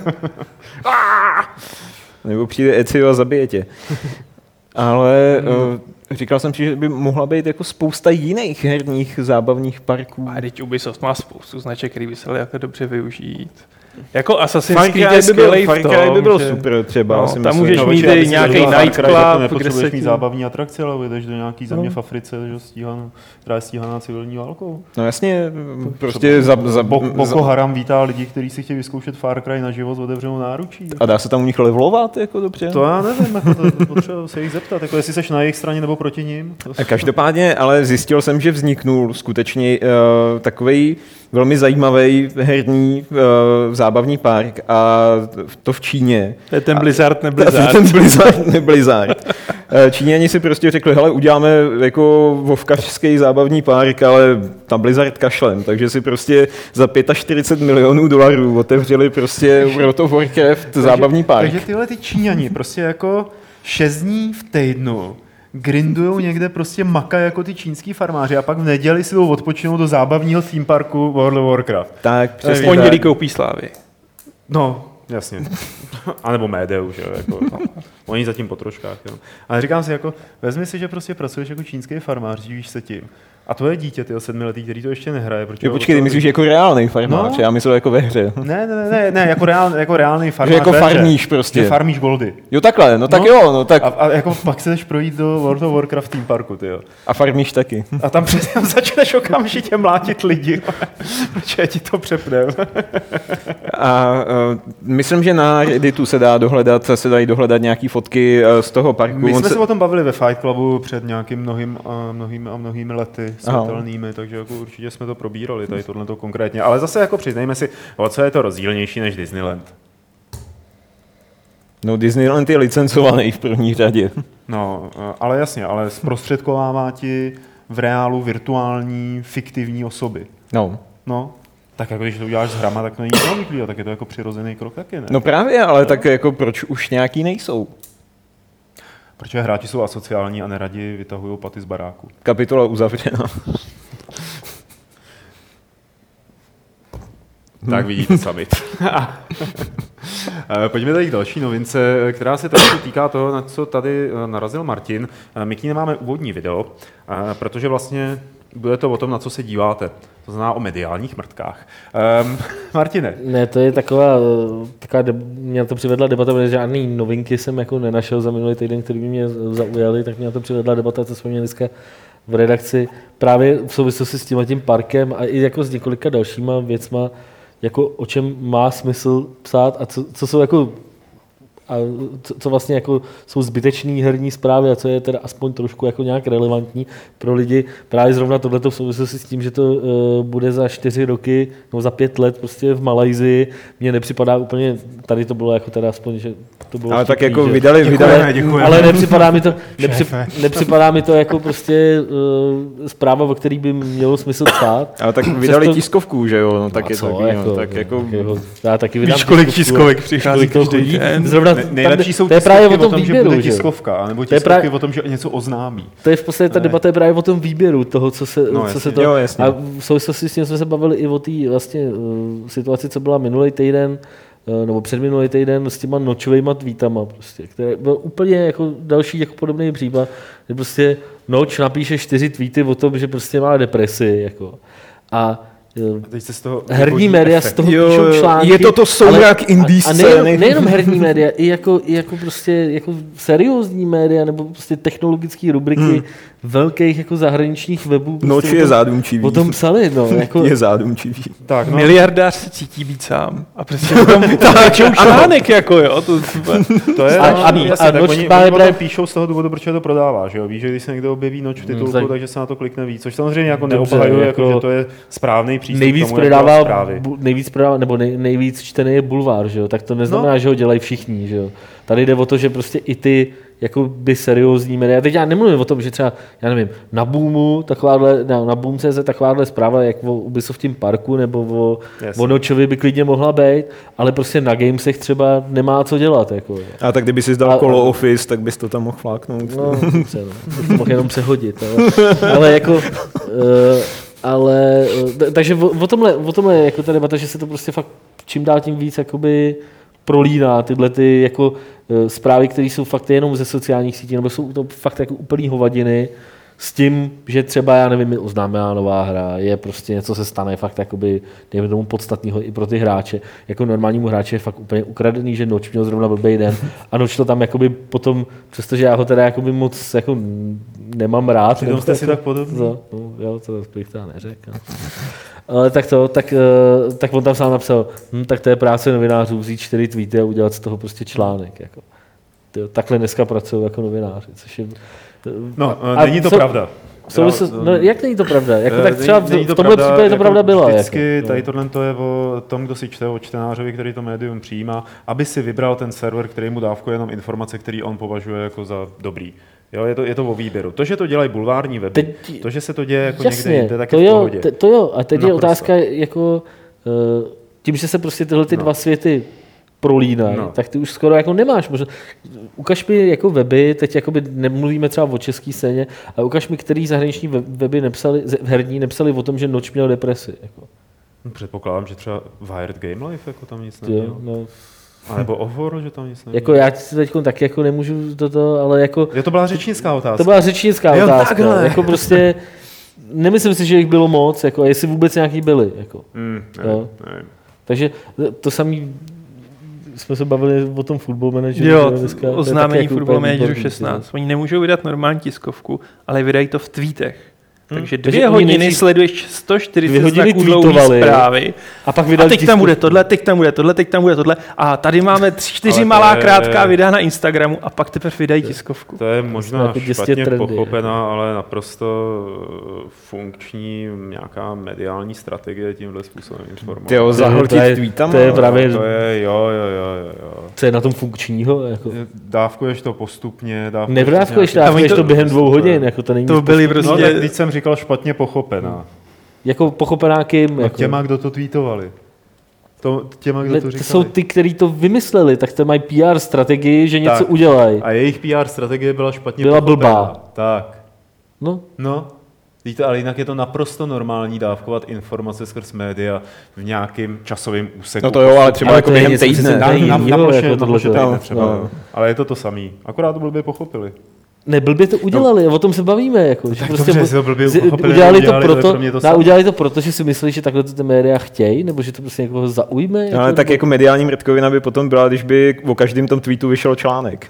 Nebo přijde Ezio a zabije tě. Ale říkal jsem si, že by mohla být jako spousta jiných herních zábavních parků. A teď Ubisoft má spoustu značek, který by se dali jako dobře využít. Jako Assassin's Creed je skvělej v tom, Far Cry by byl super třeba. No, tam můžeš mít i nějaký nightclub, nepotřebuješ mít zábavní atrakce, ale vyjdeš do nějaký země v Africe, která je stíhaná civilní válkou. No jasně, prostě Boko Haram vítá lidi, kteří si chtějí vyzkoušet Far Cry na život s otevřenou náručí. A dá se tam u nich levelovat jako dobře? To já nevím, jako to potřeba se jich zeptat, jako jestli seš na jejich straně nebo proti nim. A každopádně, ale zjistil jsem, že vzniknul skutečně takovej velmi zajímavý herní zábavní park a to v Číně. To je ten Blizzard Blizzard. Číňani si prostě řekli, hele, uděláme jako vovkařský zábavní park, ale na Blizzard kašlem, takže si prostě za $45 milionů otevřeli prostě World of Warcraft zábavní park. Takže tyhle ty Číňani prostě jako 6 dní v týdnu grindujou někde, prostě makají jako ty čínský farmáři a pak v neděli si jdou odpočinout do zábavního theme parku World of Warcraft. Tak, přesně. V pondělí koupí slávy. No, jasně. A nebo Médeu, že jo, jako, no. Oni zatím po troškách, jo. Ale říkám si, jako, vezmi si, že prostě pracuješ jako čínský farmář, živíš se tím. A to je dítě, tyho 7letý, který to ještě nehraje. Počkej, ty myslíš jako reálný farmář, no? Já myslel jako ve hře. Ne, jako reálný farmář. Že jako farmíš prostě. Že farmíš goldy. Jo takhle, no tak jo. No tak... A jako pak se jdeš projít do World of Warcraft theme parku, tyjo. A farmíš taky. A tam přesně začneš okamžitě mlátit lidi, protože ti to přepne. A myslím, že na Redditu se dají dohledat nějaký fotky z toho parku. My jsme se o tom bavili ve Fight Clubu před nějakým mnohými lety světelnými, takže jako určitě jsme to probírali, tady tohleto konkrétně. Ale zase jako přiznejme si, o co je to rozdílnější než Disneyland? No Disneyland je licencovaný v první řadě. No, ale jasně, ale zprostředkovává ti v reálu virtuální, fiktivní osoby. No. Tak jako když to uděláš s hrama, tak to není obvyklý, tak je to jako přirozený krok taky, ne? No právě, ale tak jako proč už nějaký nejsou? Protože hráči jsou asociální a neradi vytahují paty z baráku. Kapitola uzavřena. Tak vidíte sami. Pojďme tady k další novince, která se trošku týká toho, na co tady narazil Martin. My k ní nemáme úvodní video, protože vlastně bude to o tom, na co se díváte. To znamená o mediálních mrtkách. Martine. Ne, to je taková mě to přivedla debata, protože žádný novinky jsem jako nenašel za minulý týden, který by mě zaujaly, tak mě to přivedla debata, co jsme měli dneska v redakci, právě v souvislosti s tím parkem a i jako s několika dalšíma věcma, jako o čem má smysl psát a co jsou jako a co vlastně jako jsou zbytečný herní zprávy a co je teda aspoň trošku jako nějak relevantní pro lidi. Právě zrovna tohleto v souvislosti s tím, že to bude za 4 roky nebo za 5 let prostě v Malajsii, mně nepřipadá úplně, tady to bylo jako teda aspoň, že to bylo ale vtipný, tak jako že... vydali. Ale nepřipadá mi to jako prostě zpráva, o který by mělo smysl psát. Ale tak vydali tiskovku, že jo, no tak je co, to taky, já taky vydám víš, kolik tiskovek přichází každý den. Zrovna Nejlepší jsou to je právě tiskovky o tom že výběru, bude že? tiskovka, nebo tiskovky o tom, že něco oznámí. To je v podstatě ta debata je právě o tom výběru toho, co se to... Jo, jasně. A v souvislosti s tím jsme se bavili i o té vlastně situaci, co byla minulý týden, nebo předminulý týden s těma nočovejma tweetama, prostě, které byl úplně jako další jako podobný případ, že prostě Noč napíše 4 tweety o tom, že prostě má depresi, jako. A teď se z toho herní média z toho píšou články. Je to soumrak indie scény. Nejenom herní média, i jako prostě jako seriózní média, nebo prostě technologické rubriky velkých jako zahraničních webů. Noč prostě je zádumčivý. O tom psali, no. Jako, Je zádumčivý. Tak, no. Miliardář se cítí být sám. A prostě o tom píšou článek, jako jo. To je A Noč oni právě o tom píšou z toho důvodu, proč to prodává, že jo? Víš, že když se někdo objeví Noč v titulku, takže se na to klikne víc, což samozřejmě jako neobhajuje, jako, že to je správný přístup nejvíc k tomu, prodává, nebo nejvíc čtený je bulvár, že jo? Tak to neznamená, že ho dělají všichni, že jo? Tady jde o to, že prostě i ty jako by seriózní média. Teď já nemluvím o tom, že třeba, já nevím, na Boomu, na Boom.cz takováhle zpráva, jak o Ubisoftim parku nebo o Nočovi by klidně mohla být, ale prostě na Gamesech třeba nemá co dělat. Jako. A tak kdyby si dal Call Office, tak bys to tam mohl fláknout. No, dobře, no. Bych to mohl jenom přehodit. Ale jako... takže o tomhle jako ta debata, že se to prostě fakt čím dál tím víc jakoby prolíná tyhle ty jako zprávy, které jsou fakt jenom ze sociálních sítí, nebo jsou to fakt jako úplný hovadiny s tím, že třeba, já nevím, oznámená nová hra, je prostě něco se stane fakt jakoby, dejme tomu podstatného i pro ty hráče. Jako normálnímu hráči je fakt úplně ukradený, že Noč měl zrovna blbej den a Noč to tam jakoby potom, přestože já ho teda jakoby moc jako nemám rád. Přitom jste si tak podobný. No, jo, to bych teda neřekl. Ale tak on tam sám napsal, tak to je práce novinářů, vzít 4 tweety a udělat z toho prostě článek. Jako. Takhle dneska pracují jako novináři, což je... No, není to pravda. Jak není to pravda? Jako tak třeba v tomhle případě to pravda byla. Vždycky tady tohle to je o tom, kdo si čte, o čtenářovi, který to médium přijímá, aby si vybral ten server, který mu dávkuje jenom informace, který on považuje jako za dobrý. Jo, je to o výběru. To, že to dělají bulvární weby, to, že se to děje jako jasně, někde jinde, tak to je v pohodě. To jo, a teď je otázka, jako tím, že se prostě tyhle dva světy prolínají, tak ty už skoro jako nemáš možnost. Ukaž mi jako weby, teď jakoby nemluvíme třeba o české scéně, ale ukaž mi, který zahraniční weby herní nepsali o tom, že Noč měl depresi. Jako. Předpokládám, že třeba Wired Game Life jako tam nic neměl. A nebo Ovor, že tam nic neměl. Jako já si teď taky jako nemůžu toto, ale jako... To byla řečnická otázka. To byla řečnická otázka. Takhle. Jako prostě... Nemyslím si, že jich bylo moc, jako, a jestli vůbec nějaký byli. Jako. Nevím. Takže to samý jsme se bavili o tom Football Manageru. Jo, oznámení Football Manageru 16. Oni nemůžou vydat normální tiskovku, ale vydají to v tweetech. Takže 2 hodiny sleduješ 140 znaků dlouhé zprávy a pak a teď tam bude tohle, teď tam bude tohle, teď tam bude tohle a tady máme 4 malá krátká videa na Instagramu a pak teprve vydají tiskovku. To je možná špatně pochopená, ale naprosto funkční nějaká mediální strategie tímhle způsobem informovat. Jo, zahltit tweetama. To je právě... To je, jo. Co je na tom funkčního? Jako? Dávkuješ to postupně. Nedávkuješ to během 2 hodin. Jako to není byly prostě... No, tak teď jsem říkal špatně pochopená. Jako pochopená kým? Jako... Těma, kdo to tweetovali. Těma, kdo to říkali. To jsou ty, kteří to vymysleli, tak to mají PR strategii, že něco udělají. A jejich PR strategie byla špatně byla pochopená. Blbá. Tak. No. Víte, ale jinak je to naprosto normální dávkovat informace skrz média v nějakém časovém úseku. No to jo, ale třeba jako během týdne. Ale je to samý. Akorát to blbě pochopili. Ne, blbě to udělali, o tom se bavíme. Jako, že tak prostě dobře, si to blbě pochopili. Udělali to proto, že si mysleli, že takhle to ty média chtějí, nebo že to prostě někoho zaujme. No, ale tak jako mediální mrtkovina by potom byla, když by o každém tom tweetu vyšel článek.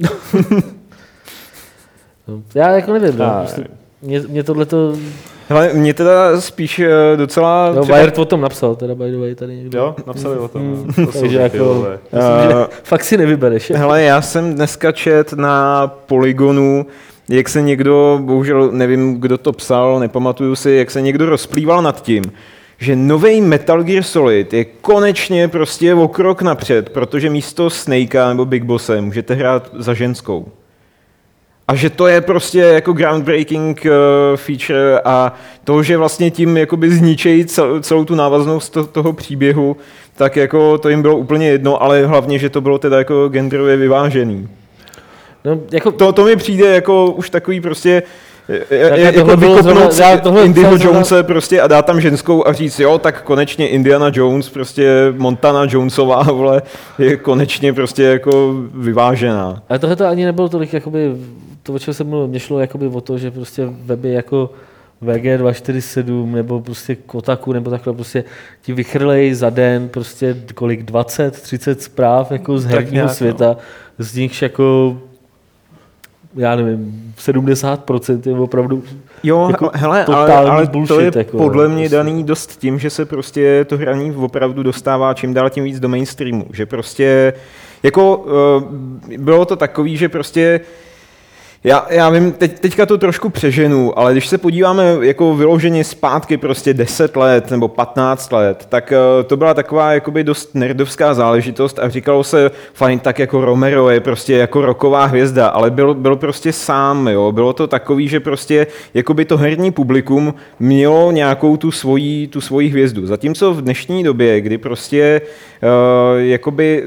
Já jako nevím, prostě mě tohleto... Hele, mě teda spíš docela... No, Wired o tom napsal, teda by the way, tady někdo. Jo, napsali o tom. Takže jako, myslím, že fakt si nevybereš. Hele, já jsem dneska čet na Polygonu, jak se někdo, bohužel nevím, kdo to psal, nepamatuju si, jak se někdo rozplýval nad tím, že nový Metal Gear Solid je konečně prostě o krok napřed, protože místo Snakea nebo Big Bosse můžete hrát za ženskou. A že to je prostě jako groundbreaking feature a to, že vlastně tím jakoby zničejí celou tu návaznost toho příběhu, tak jako to jim bylo úplně jedno, ale hlavně, že to bylo teda jako genderově vyvážený. No, jako... To mi přijde jako už takový prostě jako vykopnout Indyho Jonese prostě a dát tam ženskou a říct, jo, tak konečně Indiana Jones, prostě Montana Jonesová, vole, je konečně prostě jako vyvážená. Ale tohle to ani nebylo tolik, jakoby, to, o čem jsem mluvil, mě šlo jakoby o to, že prostě weby jako VG247 nebo prostě Kotaku nebo takhle prostě ti vychrlej za den prostě kolik 20-30 zpráv jako z herního světa, no. Z nichž jako já nevím, 70% je opravdu jo, jako hele, ale bullshit, to je jako, podle mě prostě daný dost tím, že se prostě to hraní opravdu dostává čím dál tím víc do mainstreamu, že prostě jako bylo to takový, že prostě já vím, teďka to trošku přeženu, ale když se podíváme jako vyloženě zpátky prostě 10 let nebo 15 let, tak to byla taková jakoby dost nerdovská záležitost a říkalo se, fajn, tak jako Romero je prostě jako rocková hvězda, ale byl prostě sám, jo, bylo to takový, že prostě jakoby to herní publikum mělo nějakou tu svoji hvězdu. Zatímco v dnešní době, kdy prostě jakoby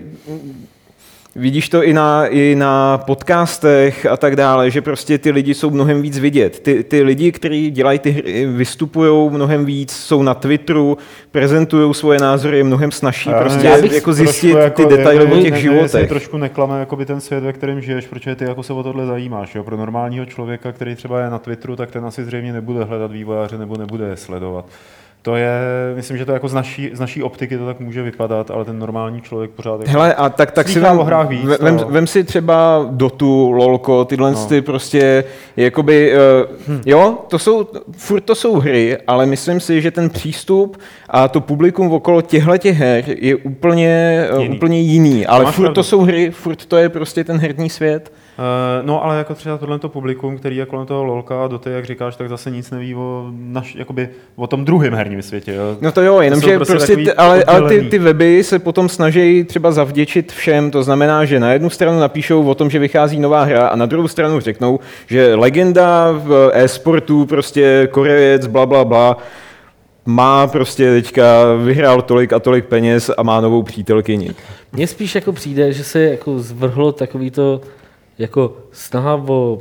vidíš to i na podcastech a tak dále, že prostě ty lidi jsou mnohem víc vidět. Ty lidi, kteří dělají ty hry, vystupují mnohem víc, jsou na Twitteru, prezentují svoje názory, je mnohem snazší prostě jako zjistit ty detaily o těch životech. Trošku neklame jakoby ten svět, ve kterém žiješ, protože ty jako se o tohle zajímáš. Jo? Pro normálního člověka, který třeba je na Twitteru, tak ten asi zřejmě nebude hledat vývojáře nebo nebude je sledovat. To je, myslím, že to jako z naší optiky to tak může vypadat, ale ten normální člověk pořád jako hele, a tak si vem si třeba Dotu, Lolko, tyhle ty prostě jakoby, jo, furt to jsou hry, ale myslím si, že ten přístup a to publikum okolo těchto her je úplně jiný, ale furt to jsou hry, furt to je prostě ten herní svět. No, ale jako třeba tohleto publikum, který je kolem toho Lolka a Doty, jak říkáš, tak zase nic neví o tom druhém herním světě. Jo? No to jo, jenomže prostě ale ty weby se potom snaží třeba zavděčit všem, to znamená, že na jednu stranu napíšou o tom, že vychází nová hra a na druhou stranu řeknou, že legenda v e-sportu, prostě Korejec, blablabla, má prostě teďka vyhrál tolik a tolik peněz a má novou přítelkyni. Mně spíš jako přijde, že se jako zvrhlo takový to jako snaha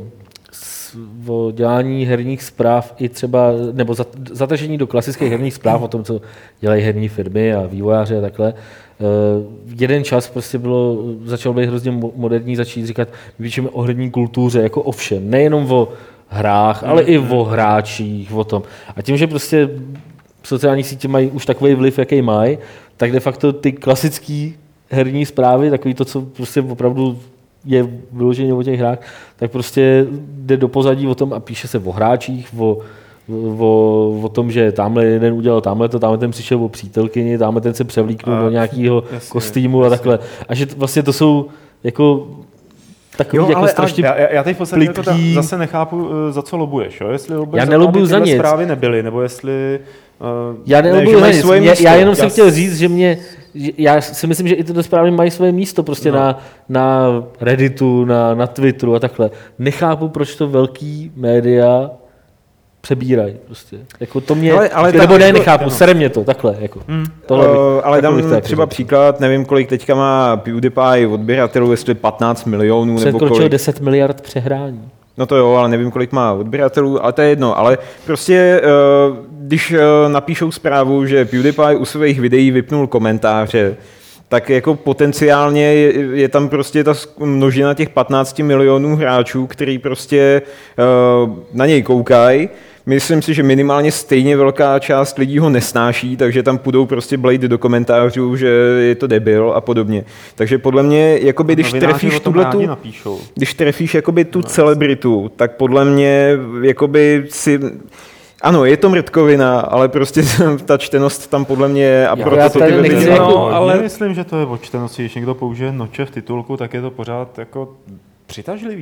o dělání herních zpráv i třeba, nebo zatažení do klasických herních zpráv o tom, co dělají herní firmy a vývojáři a takhle. Jeden čas prostě začalo být hrozně moderní začít říkat, my píšeme o herní kultuře, jako o všem, nejenom o hrách, ale i o hráčích, o tom. A tím, že prostě sociální sítě mají už takový vliv, jaký mají, tak de facto ty klasické herní zprávy, takový to, co prostě opravdu je vyloženě o těch hrách, tak prostě jde do pozadí o tom a píše se o hráčích, o tom, že tamhle jeden udělal tamhle ten přišel o přítelkyni, tamhle ten se převlíknul do nějakého kostýmu a takhle. A že vlastně to jsou jako takový jako strašně já teď v podstatě jako zase nechápu, za co lobuješ. Jo? Jestli lobuješ za to, za ty zprávy nebyly, nebo jestli já nelobuju za nic. Já jenom jsem chtěl říct, že já si myslím, že i tyto zprávy mají svoje místo prostě na Redditu, na Twitteru a takhle. Nechápu, proč to velký média přebírají prostě. Jako to mě, nebo nechápu, sere mě to, takhle. Jako. Ale dám třeba příklad, nevím, kolik teďka má PewDiePie odběratelů, jestli 15 milionů nebo kolik. Překročil 10 miliard přehrání. No to jo, ale nevím, kolik má odběratelů, ale to je jedno. Ale prostě, když napíšou zprávu, že PewDiePie u svých videí vypnul komentáře, tak jako potenciálně je tam prostě ta množina těch 15 milionů hráčů, který prostě na něj koukají. Myslím si, že minimálně stejně velká část lidí ho nesnáší, takže tam půjdou prostě blade do komentářů, že je to debil a podobně. Takže podle mě, jakoby, když trefíš jakoby tu celebritu, tak podle mě jakoby si... Ano, je to mrtkovina, ale prostě ta čtenost tam podle mě je a proto to ty weby ale myslím, že to je o čtenosti. Když někdo použije noče v titulku, tak je to pořád jako přitažlivý.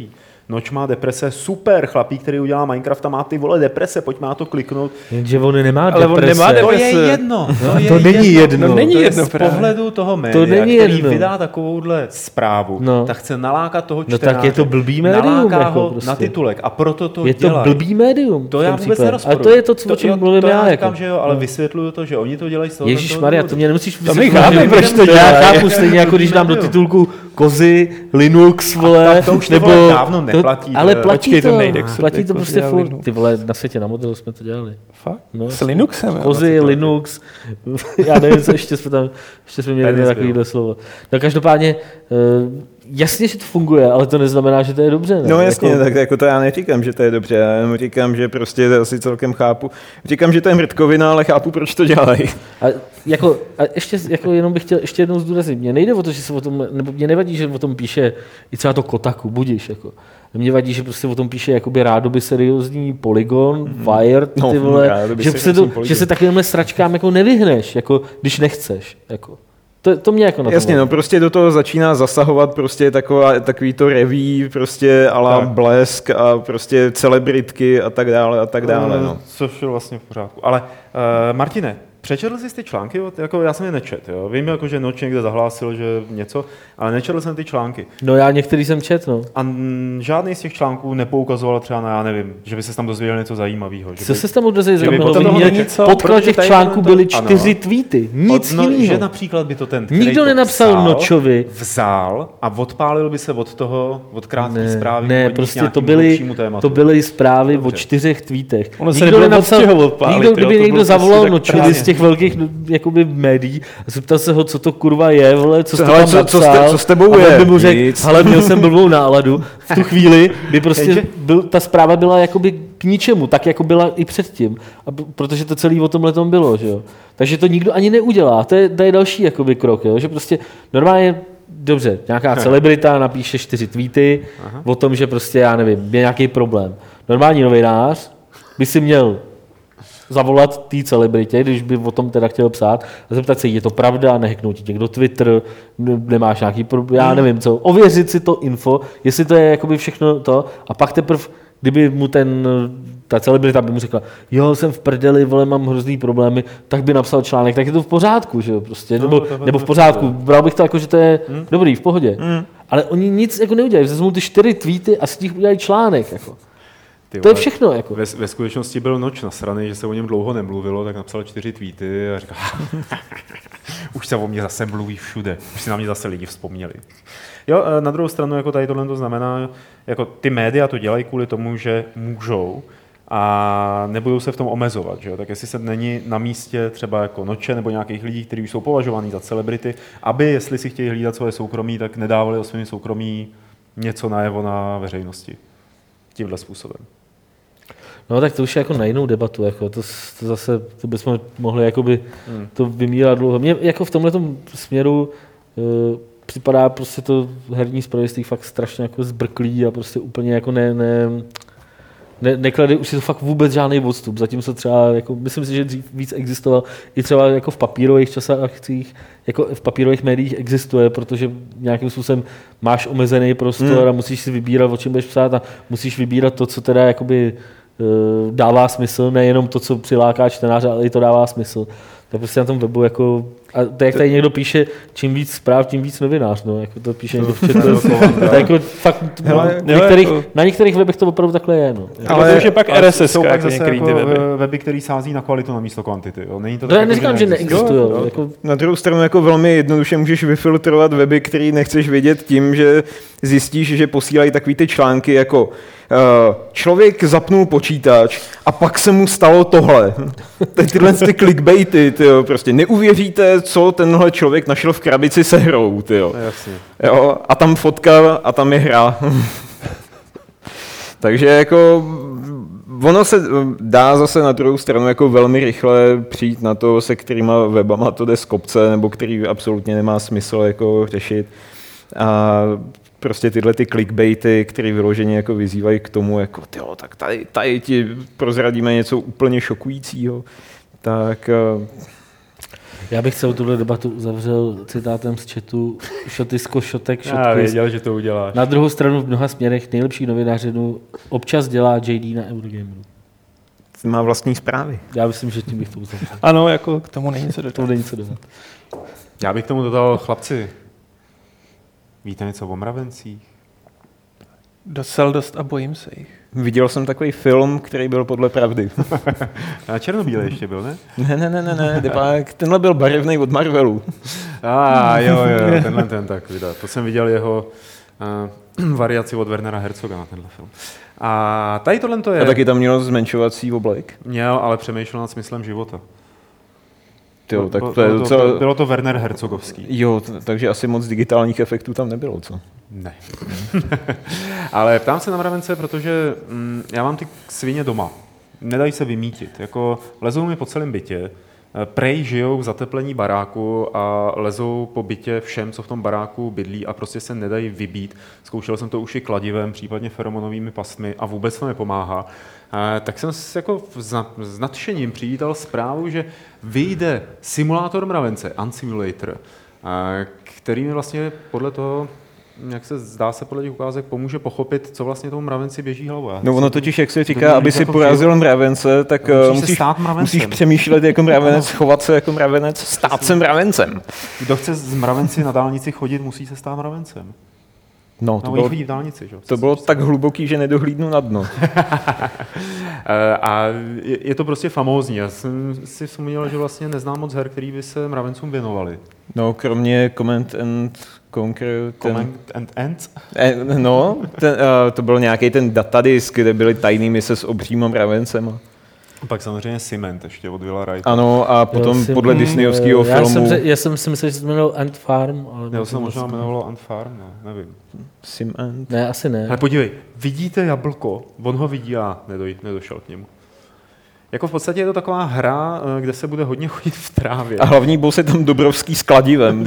Noč má deprese, super, chlapík, který udělá Minecrafta, má ty vole deprese, pojď má to kliknout. Jenže on nemá Ale on deprese. nemá To je deprese. jedno. To není jedno. No, není to je jedno z právě. pohledu toho To média, není který jedno. vydá takovouhle zprávu, No. tak chce nalákat toho No čtenáře. tak je to blbý médium, Naláká jako ho prostě. na titulek a proto to Je to dělají. blbý médium. To v já tom vůbec případě. nerozporuji. Ale to je to, o čem mluvím to já. říkám, Jako. že jo, ale vysvětluju to, že oni to dělají z toho. Ježišmarja, to mě nemusíš my vysvětlovat, chápeme, že- proč to Já dělají. chápu stejně, jako když dám do titulku kozy, Linux, vole, tak to už ty nebo... vole dávno neplatí, ale to je- platí Počkej, to, to nejde, platí to jako prostě dělá furt. Linux. Ty vole, na světě na modelu jsme to dělali. Fakt? No, S Linuxem, jo? Kozy, Linux, já nevím, co ještě jsme měli Penis takovýhle byl. slovo. No každopádně, jasně, že to funguje, ale to neznamená, že to je dobře. Ne? No jasně, Jako- tak jako to já neříkám, že to je dobře, já jenom říkám, že prostě to asi celkem chápu. Říkám, že to je mrtkovina, ale chápu, proč to dělají. A ještě jako jenom bych chtěl ještě jednou zdůraznit. Mně nejde o to, že se o tom, nebo mě nevadí, že o tom píše i třeba to Kotaku, budiš. Jako. Mně vadí, že prostě o tom píše jakoby rádoby seriózní Polygon, Wired, No, ty vole, rádoby že, seriózní že Polygon. se takovýmhle sračkám jako nevyhneš, jako, když nechceš. Jako. To mě jako na tom Jasně, no vadí. prostě do toho začíná zasahovat prostě takový to reví, prostě ala Tak. Blesk a prostě celebritky a tak dále, no. Což je vlastně v pořádku. Ale Martine, přečetl jsi ty články? Jako já jsem je nečet. Jo? Vím, jako, že Noč někde zahlásil, že něco, ale nečetl jsem ty články. No já některý jsem čet, no. A žádný z těch článků nepoukazoval třeba na, já nevím, že by se tam dozvěděl něco zajímavého. Co se tam odrazí že by zajímavého? potom Měl něco, podklad protože těch tady článků to- byly ano. 4 tweety, nic No, že jiného. například by to ten, který Nikdo to nenapsal psal, Nočovi. vzal a odpálil by se od krátké zprávy. Ne, od nich prostě nějakému to hlubšímu tématu. byly zprávy o Dobře. 4 tweetech. Ono se nebylo moc čeho odpálit, jo, Kdyby to někdo bylo zavolal prostě tak Nočovi právě. z těch velkých jakoby, médií a zeptal se ho, co to kurva je, vole, co jste hele, tam co napsal. s tebou a on je? by mu řekl, Nic. ale měl jsem blbou náladu. V tu chvíli by prostě Jenže- ta zpráva byla jakoby k ničemu, tak jako byla i předtím. Protože to celé o tomhle tom bylo, že jo. Takže to nikdo ani neudělá. To je další jakoby krok, jo? Že prostě normálně dobře, nějaká celebrita napíše 4 tweety o tom, že prostě, já nevím, je nějaký problém. Normální novinář by si měl zavolat té celebritě, když by o tom teda chtěl psát a zeptat se, je to pravda, neheknout ti někdo Twitter, nemáš nějaký problém, já nevím co, ověřit si to info, jestli to je jakoby všechno to a pak teprve, kdyby mu ta celebrita by mu řekla, jo, jsem v prdeli, vole, mám hrozný problémy, tak by napsal článek, tak je to v pořádku, že jo, prostě, nebo v pořádku, bral bych to jako, že to je dobrý, v pohodě. Ale oni nic jako neudělají, vezmou ty 4 tweety a z těch udělají článek, jako. Ty To je vole, všechno, jako. Ve skutečnosti byl Noč nasranej, že se o něm dlouho nemluvilo, tak napsal 4 tweety a říkal, už se o mě zase mluví všude, už si na mě zase lidi vzpomněli. Jo, na druhou stranu, jako tady tohle to znamená, jako ty média to dělají kvůli tomu, že můžou a nebudou se v tom omezovat, že jo? Tak jestli se není na místě třeba jako Noče nebo nějakých lidí, kteří už jsou považovaní za celebrity, aby, jestli si chtějí hlídat svoje soukromí, tak nedávali o svém soukromí něco najevo na veřejnosti. Tímhle způsobem. No tak to už je jako na jinou debatu, jako to zase, to bychom mohli jakoby to vymírat dlouho. Mně jako v tomhletom směru připadá prostě to herní zpravodajství fakt strašně jako zbrklý a prostě úplně jako neklade už si to fakt vůbec žádný odstup. Zatímco třeba, jako, myslím si, že dřív víc existoval i třeba jako v papírových časácích, jako v papírových médiích existuje, protože nějakým způsobem máš omezený prostor a musíš si vybírat, o čem budeš psát a musíš vybírat to, co teda jakoby dává smysl, nejenom to, co přiláká čtenáře, ale i to dává smysl. Tak prostě na tom webu jako, a to jak tady někdo píše, čím víc zpráv, tím víc novinář, no, jako to píše někdo v chatu. To jako fakt, Hele, na některých webech to opravdu takhle je, no. Ale to už je pak RSS, jsou pak jako zase některý jako ty weby. weby, který sází na kvalitu na místo kvantity. Jo? Není to To tak, já jako, neříkám, že neexistují. Jako, Na druhou stranu jako velmi jednoduše můžeš vyfiltrovat weby, který nechceš vidět tím, že zjistíš, že posílají takový ty články jako člověk zapnul počítač a pak se mu stalo tohle. Tyhle ty clickbaity, tyjo, prostě neuvěříte, co tenhle člověk našel v krabici se hrou, tyjo. Jasně. Jo, a tam fotka a tam je hra. Takže jako ono se dá zase na druhou stranu jako velmi rychle přijít na to, se kterýma webama to jde z kopce, nebo který absolutně nemá smysl jako řešit. A prostě tyhle ty clickbaity, které vyloženě jako vyzývají k tomu, jako tyjo, tak tady ti prozradíme něco úplně šokujícího, tak Já bych celou tuhle debatu uzavřel citátem z chatu šotisko, šotek, Já šotquiz. věděl, že to uděláš. Na druhou stranu v mnoha směrech nejlepší novinářinu občas dělá JD na Eurogameru. Má vlastní zprávy. Já myslím, že tím bych to uzavřel. Ano, jako k tomu není co To dodat. není co dodat. Já bych tomu dodal, chlapci, víte něco o mravencích? Docela dost a bojím se jich. Viděl jsem takový film, který byl podle pravdy. A černobílej ještě byl, ne? Ne, tenhle byl barevný od Marvelu. Jo, tenhle ten tak vydat. To jsem viděl jeho variaci od Wernera Herzoga na tenhle film. A tady tohle to je... A taky tam měl zmenšovací oblek. Měl, ale přemýšlel nad smyslem života. Jo, tak to je docela... Bylo to Werner Herzogovský. Jo, takže asi moc digitálních efektů tam nebylo, co? Ne. Ale ptám se na mravence, protože já mám ty svině doma. Nedají se vymítit. Jako lezou mi po celém bytě, prej žijou v zateplení baráku a lezou po bytě všem, co v tom baráku bydlí a prostě se nedají vybít. Zkoušel jsem to už i kladivem, případně feromonovými pastmi a vůbec to nepomáhá. Tak jsem jako s nadšením přivítal zprávu, že vyjde simulátor mravence, Unsimulator, který mi vlastně podle toho, jak se zdá se podle těch ukázek, pomůže pochopit, co vlastně tomu mravenci běží hlavou. No ono totiž, jak se říká, aby si porazil mravence, tak musíš přemýšlet jako mravenec, chovat se jako mravenec, stát se mravencem. Kdo chce z mravenci na dálnici chodit, musí se stát mravencem. No, oni chodí v dálnici, že? To bylo tak hluboký, že nedohlídnu na dno. A je to prostě famózní. Já jsem si vzpomněl, že vlastně neznám moc her, který by se mravencům věnovali. No, kromě Command and Conquer. To byl nějaký ten datadisk, kde byly tajný mise s obříma mravencema. Pak samozřejmě Cement ještě od Willa Wrighta. Ano, a potom podle Disneyovského filmu... Já jsem si myslel, že se jmenoval Ant Farm. Ale já jsem možná jmenovalo Ant Farm, no, nevím. Cement? Ne, asi ne. Ale podívej, vidíte jablko, on ho vidí a nedošel k němu. Jako v podstatě je to taková hra, kde se bude hodně chodit v trávě. A hlavní boss je tam Dobrovský s kladivem.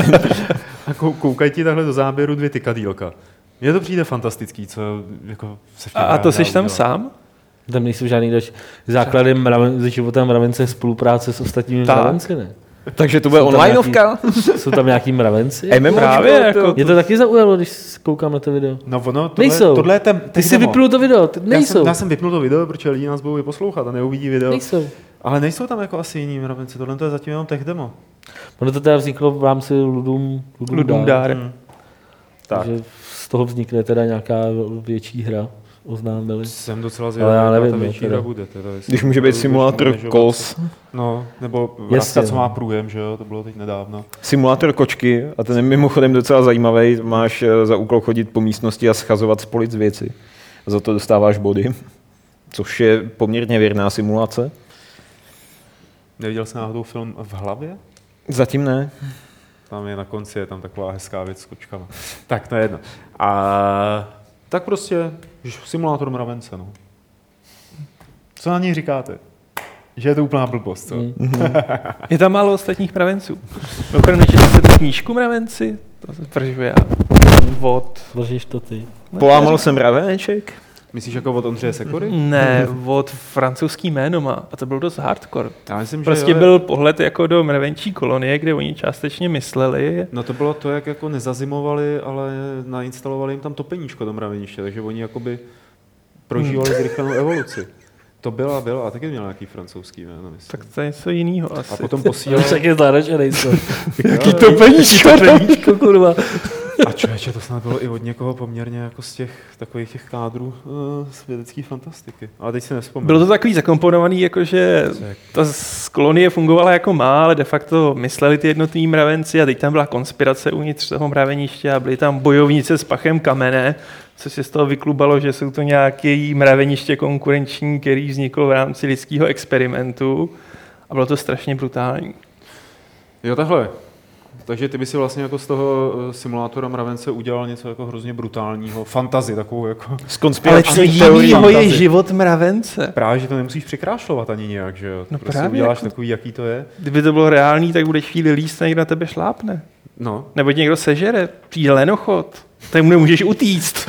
A koukají ti takhle do záběru 2 tykadýlka. Mně to přijde fantastický, co jako se v těch A to jsi tam udělat. sám? Tam nejsou žádný další. Základem života mravence je spolupráce s ostatními mravenci, ne? Takže to bude onlineovka? Jsou tam nějaký mravenci? Právě jako... Mě to taky zaujalo, když koukám na to video. No ono, tohle je ten Ty jsi vypnul to video, nejsou. Já jsem vypnul to video, protože lidi nás budou poslouchat a neuvidí video. Nejsou. Ale nejsou tam jako asi jiní mravenci, tohle to je zatím jenom tech demo. Ono to teda vzniklo v rámci Ludum Dare. Takže z toho vznikne teda nějaká větší hra. Oznámili. Jsem docela zvědavý, jaká ta větší hra bude. Když může být simulátor kos. No, nebo vrázka, co má průjem, že jo, to bylo teď nedávno. Simulátor kočky, a ten je mimochodem docela zajímavý, máš za úkol chodit po místnosti a schazovat z polic věci. Za to dostáváš body, což je poměrně věrná simulace. Neviděl jsi náhodou film V hlavě? Zatím ne. Tam je na konci, je tam taková hezká věc s kočkama. Tak, to je jedno. A tak prostě simulátor mravence, no. Co na něj říkáte? Že je to úplná blbost, co? Je tam málo ostatních mravenců. Mimochodem, nečetli jste tu knížku Mravenci? To se pržuje Držíš to ty. Polámal jsem mraveneček? Myslíš jako od Ondřeje Sekory? Ne, od francouzský jméno má. A to byl dost hardcore. Já myslím, prostě že byl pohled jako do mravenčí kolonie, kde oni částečně mysleli. No to bylo to, jak jako nezazimovali, ale nainstalovali jim tam topeníčko do mraveniště, takže oni jakoby prožívali zrychlenou evoluci. To byla, a taky měl nějaký francouzský jméno, myslím. Tak to je něco jiného asi. A potom posílal... Tak je záračenej, co? Jaký topeníčko? Kurva. A člověče, to snad bylo i od někoho poměrně jako z těch takových těch kádrů z vědecké fantastiky. Ale teď si nevzpomínám. Bylo to takový zakomponovaný, jakože ta kolonie fungovala jako má, ale de facto mysleli ty jednotliví mravenci a teď tam byla konspirace uvnitř toho mraveniště a byly tam bojovnice s pachem kamene, což se z toho vyklubalo, že jsou to nějaké mraveniště konkurenční, který vzniklo v rámci lidského experimentu a bylo to strašně brutální. Jo, takhle. Takže ty by si vlastně jako z toho simulátora mravence udělal něco jako hrozně brutálního, fantasy takovou jako... Z konspiračních teorií. Je život mravence. Právě, že to nemusíš překrášlovat ani nějak, že jo? No prostě právě uděláš jako... takový, jaký to je. Kdyby to bylo reálný, tak budeš chvíli líst a někdo na tebe šlápne. No. Nebo tě někdo sežere, přijde lenochod. Tak mu nemůžeš utíct.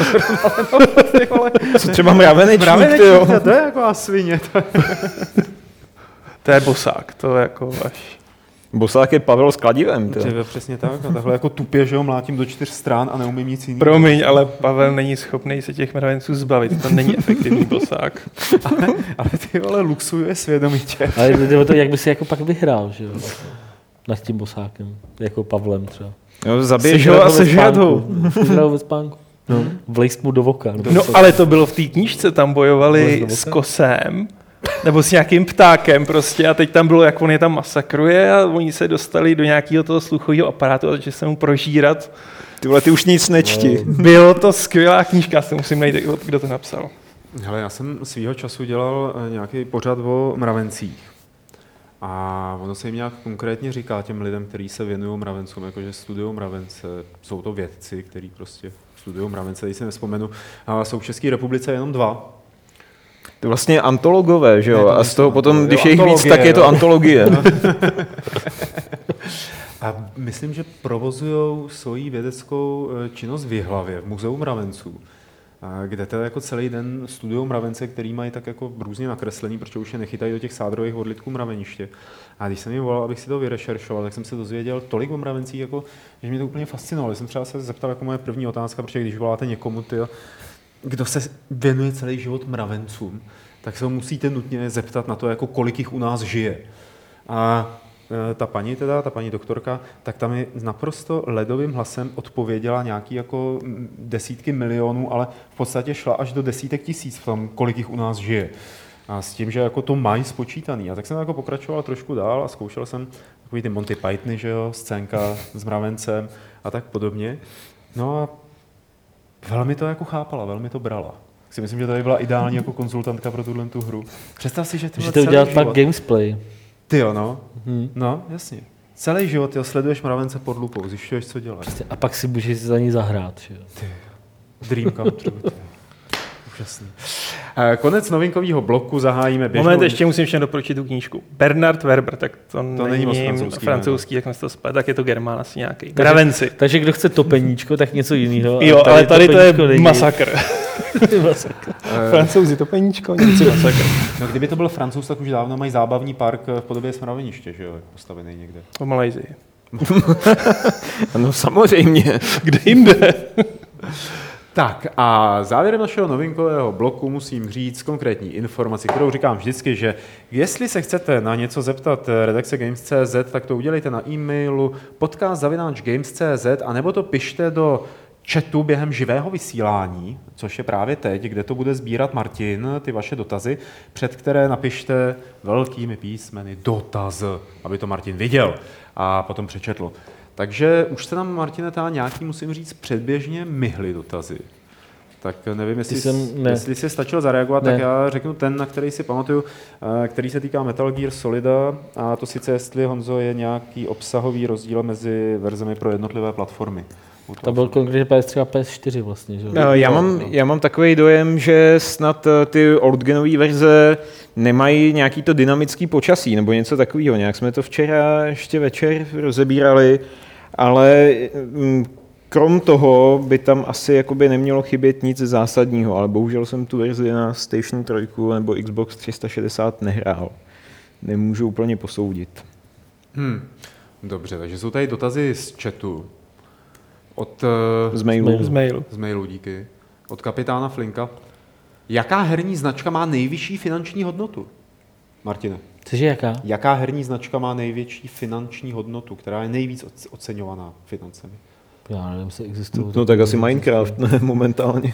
Co třeba mravenečník, to je jako svině. To je bosák, to je jako až... Bosák je Pavel s kladivem. Přesně tak. A takhle jako tupě, že ho mlátím do 4 stran a neumím nic jiného. Promiň, ale Pavel není schopný se těch mravenců zbavit. To není efektivní bosák. ale ty vole, luxuje svědomitě. Ale jde o to, jak by si jako pak vyhrál, že jo? Nad tím bosákem, jako Pavlem třeba. Jo, zabiješ ho a sežrat ho. Sežrat ve spánku. No. Vlejst mu do voka. No ale to bylo v té knížce, tam bojovali s kosem, nebo s nějakým ptákem prostě a teď tam bylo, jak on je tam masakruje a oni se dostali do nějakého toho sluchového aparátu a začali se mu prožírat. Ty už nic nečti. Bylo to skvělá knížka, si musím najít, kdo to napsal. Hele, já jsem svýho času dělal nějaký pořad o mravencích. A ono se jim nějak konkrétně říká těm lidem, kteří se věnují mravencům, jakože studují mravence, jsou to vědci, kteří prostě studují mravence, když si nevzpomenu, a jsou v České republice jenom 2. To vlastně antologové, že jo? Ne, a z toho potom, když jo, je jich víc, tak je to antologie. A myslím, že provozují svoji vědeckou činnost v Jihlavě, v Muzeu mravenců, kde teda jako celý den studují mravence, který mají tak jako různě nakreslený, protože už je nechytají do těch sádrových odlitků mraveniště. A když jsem jim volal, abych si to vyrešeršoval, tak jsem se dozvěděl tolik o mravencích, jako, že mě to úplně fascinovalo. Jsem třeba se zeptal jako moje první otázka, protože když voláte někomu, kdo se věnuje celý život mravencům, tak se ho musíte nutně zeptat na to, jako kolik jich u nás žije. A ta paní doktorka, tak tam mi naprosto ledovým hlasem odpověděla nějaký jako desítky milionů, ale v podstatě šla až do desítek tisíc v tom, kolik jich u nás žije. A s tím, že jako to mají spočítaný. A tak jsem jako pokračoval trošku dál a zkoušel jsem takový ty Monty Pythony, že jo, scénka s mravencem a tak podobně. No a velmi to jako chápala, velmi to brala. Si myslím, že tady byla ideální jako konzultantka pro tu hru. Představ si, že to můžete udělat pak gamesplay. Ty jo, no. No, jasně. Celý život, sleduješ mravence pod lupou, zjišťuješ, co dělají. Prostě, a pak si můžeš za ní zahrát, že jo. Ty, dream come true. Úžasný. Konec novinkového bloku zahájíme běžnou... Moment, ještě musím ještě doporučit tu knížku. Bernard Werber, tak to není moc francouzský, jak jsme to spali, tak je to Germán asi nějaký. Mravenci. Takže kdo chce topeníčko, tak něco jiného. Jo, ale tady to je masakr. Francouzi topeníčko, něco masakr. No, kdyby to byl Francouz, tak už dávno mají zábavní park v podobě smraveniště, že jo, postavený někde. V Malajzii. No samozřejmě. Kde jinde? Tak a závěrem našeho novinkového bloku musím říct konkrétní informaci, kterou říkám vždycky, že jestli se chcete na něco zeptat redakce Games.cz, tak to udělejte na e-mailu podcast@games.cz a nebo to pište do chatu během živého vysílání, což je právě teď, kde to bude sbírat Martin, ty vaše dotazy, před které napište velkými písmeny dotaz, aby to Martin viděl a potom přečetl. Takže už se nám, Martine, nějaký, musím říct, předběžně myhly dotazy. Tak nevím, jestli jsi stačil zareagovat, tak já řeknu ten, na který si pamatuju, který se týká Metal Gear Solida, a to sice, jestli, Honzo, je nějaký obsahový rozdíl mezi verzemi pro jednotlivé platformy. To byl konkrétně PS3 a PS4 vlastně, že? Já mám takový dojem, že snad ty oldgenové verze nemají nějaký to dynamický počasí nebo něco takového. Nějak jsme to včera ještě večer rozebírali, ale krom toho by tam asi jakoby nemělo chybět nic zásadního, ale bohužel jsem tu verzi na Station 3 nebo Xbox 360 nehrál. Nemůžu úplně posoudit. Dobře, takže jsou tady dotazy z chatu. Z mailu, díky. Od kapitána Flinka. Jaká herní značka má nejvyšší finanční hodnotu? Martine. Cože jaká? Jaká herní značka má největší finanční hodnotu, která je nejvíc oceňovaná financemi? Já nevím, jestli existují. No tak asi Minecraft, ne, momentálně.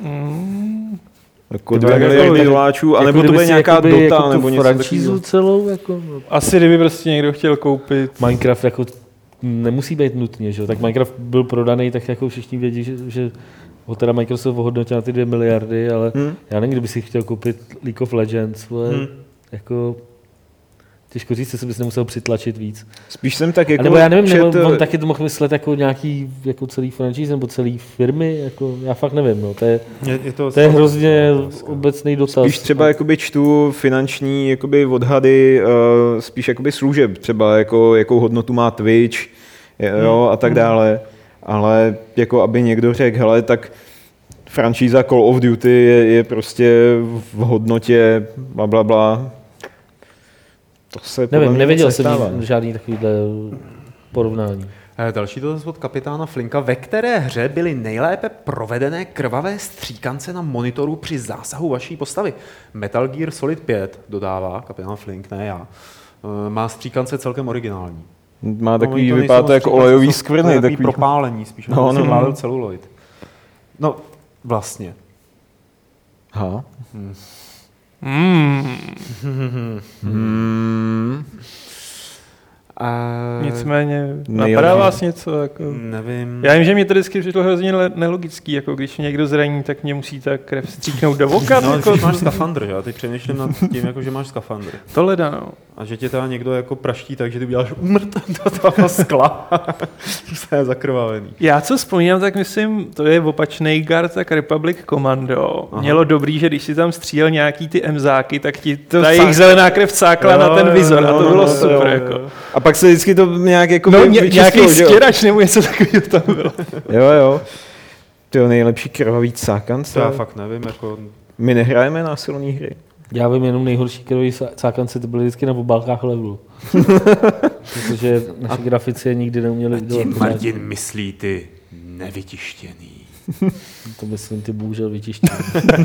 Jako 2 miliardy doláčů, anebo to bude nějaká Dota, jako nebo něco takového. Celou, jako, no. Asi kdyby prostě někdo chtěl koupit... Minecraft jako nemusí být nutně, že? Tak Minecraft byl prodaný, tak jako všichni vědí, že ho teda Microsoft ohodnotil na ty 2 miliardy, ale já nevím, kdyby si chtěl koupit League of Legends, jako těžko říct, jestli bys nemusel přitlačit víc. Spíš jsem tak jako... A nebo já nevím, nebo on taky to mohl myslet jako nějaký jako celý franchise nebo celý firmy, jako já fakt nevím, no. To je hrozně obecný dotaz. Spíš třeba jakoby čtu finanční jakoby odhady, spíš jakoby služeb, třeba jako, jakou hodnotu má Twitch, jo, a tak dále. Ale jako aby někdo řekl, hele, tak franšíza Call of Duty je prostě v hodnotě blablabla. To se Nevím, nevěděl moc jsem nestává. žádný takovýhle porovnání. Další dotaz od kapitána Flinka. Ve které hře byly nejlépe provedené krvavé stříkance na monitoru při zásahu vaší postavy? Metal Gear Solid 5 dodává kapitán Flink, ne já. Má stříkance celkem originální. Má takový, to vypadá nejsou to jako stříkance, olejový jsou skvrny. takový Takový propálení spíš, No, no, no. celuloid. No, vlastně. Aha. Nicméně, nejlepší. napadá vás něco? Jako... Nevím. Já vím, že mi to vždycky přišlo hrozně nelogický, jako když někdo zraní, tak mě musí ta krev stříknout do voka. No, jako... když máš skafandr, že? Já teď přemýšlím nad tím, jako, že máš skafandr. To leda, no. A že tě teda někdo jako praští tak, že ty uděláš umrt do toho skla. To je zakrvavený. Já co vzpomínám, tak myslím, to je opačný guard, tak Republic Commando. Aha. Mělo dobrý, že když si tam střílel nějaký ty emzáky, tak ti To ta jejich cák- zelená krev cákla na ten vizor a to bylo super. jo. Jako. A pak se vždycky to nějak jako No, vyčistilo, nějaký že jo? stěrač nebo něco takového tam bylo. Jo. To je nejlepší krvavý cákance. To já fakt nevím, jako... My nehrajeme násilné hry. Já vím jenom nejhorší krvavý cákance, ty byly vždycky na obálkách levelu. Protože naši grafici je nikdy neuměli dělat. Martin myslí ty nevytištěný. To myslím, ty bohužel vytištěný.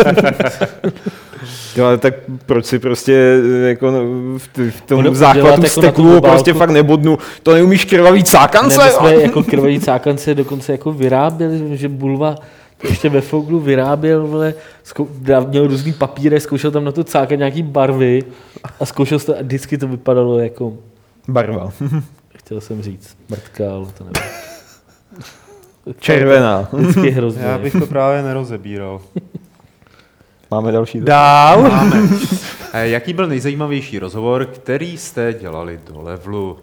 Jo, ale tak proč si prostě jako v tom Ono základu udělat jako na steklu tu obálku. prostě fakt nebodnu. To neumíš krvavý cákance? Ne, my jsme jako krvavý cákance dokonce jako vyráběli, že Bulva to ještě ve Foglu vyráběl, vole, měl různý papíry, zkoušel tam na to cákat nějaký barvy a zkoušel to a vždycky to vypadalo jako, Barva. chtěl jsem říct, mrtka, ale to nevím. Červená. Vždycky hrozně. Já bych to právě nerozebíral. Máme další. Dál. Máme. Jaký byl nejzajímavější rozhovor, který jste dělali do levelu?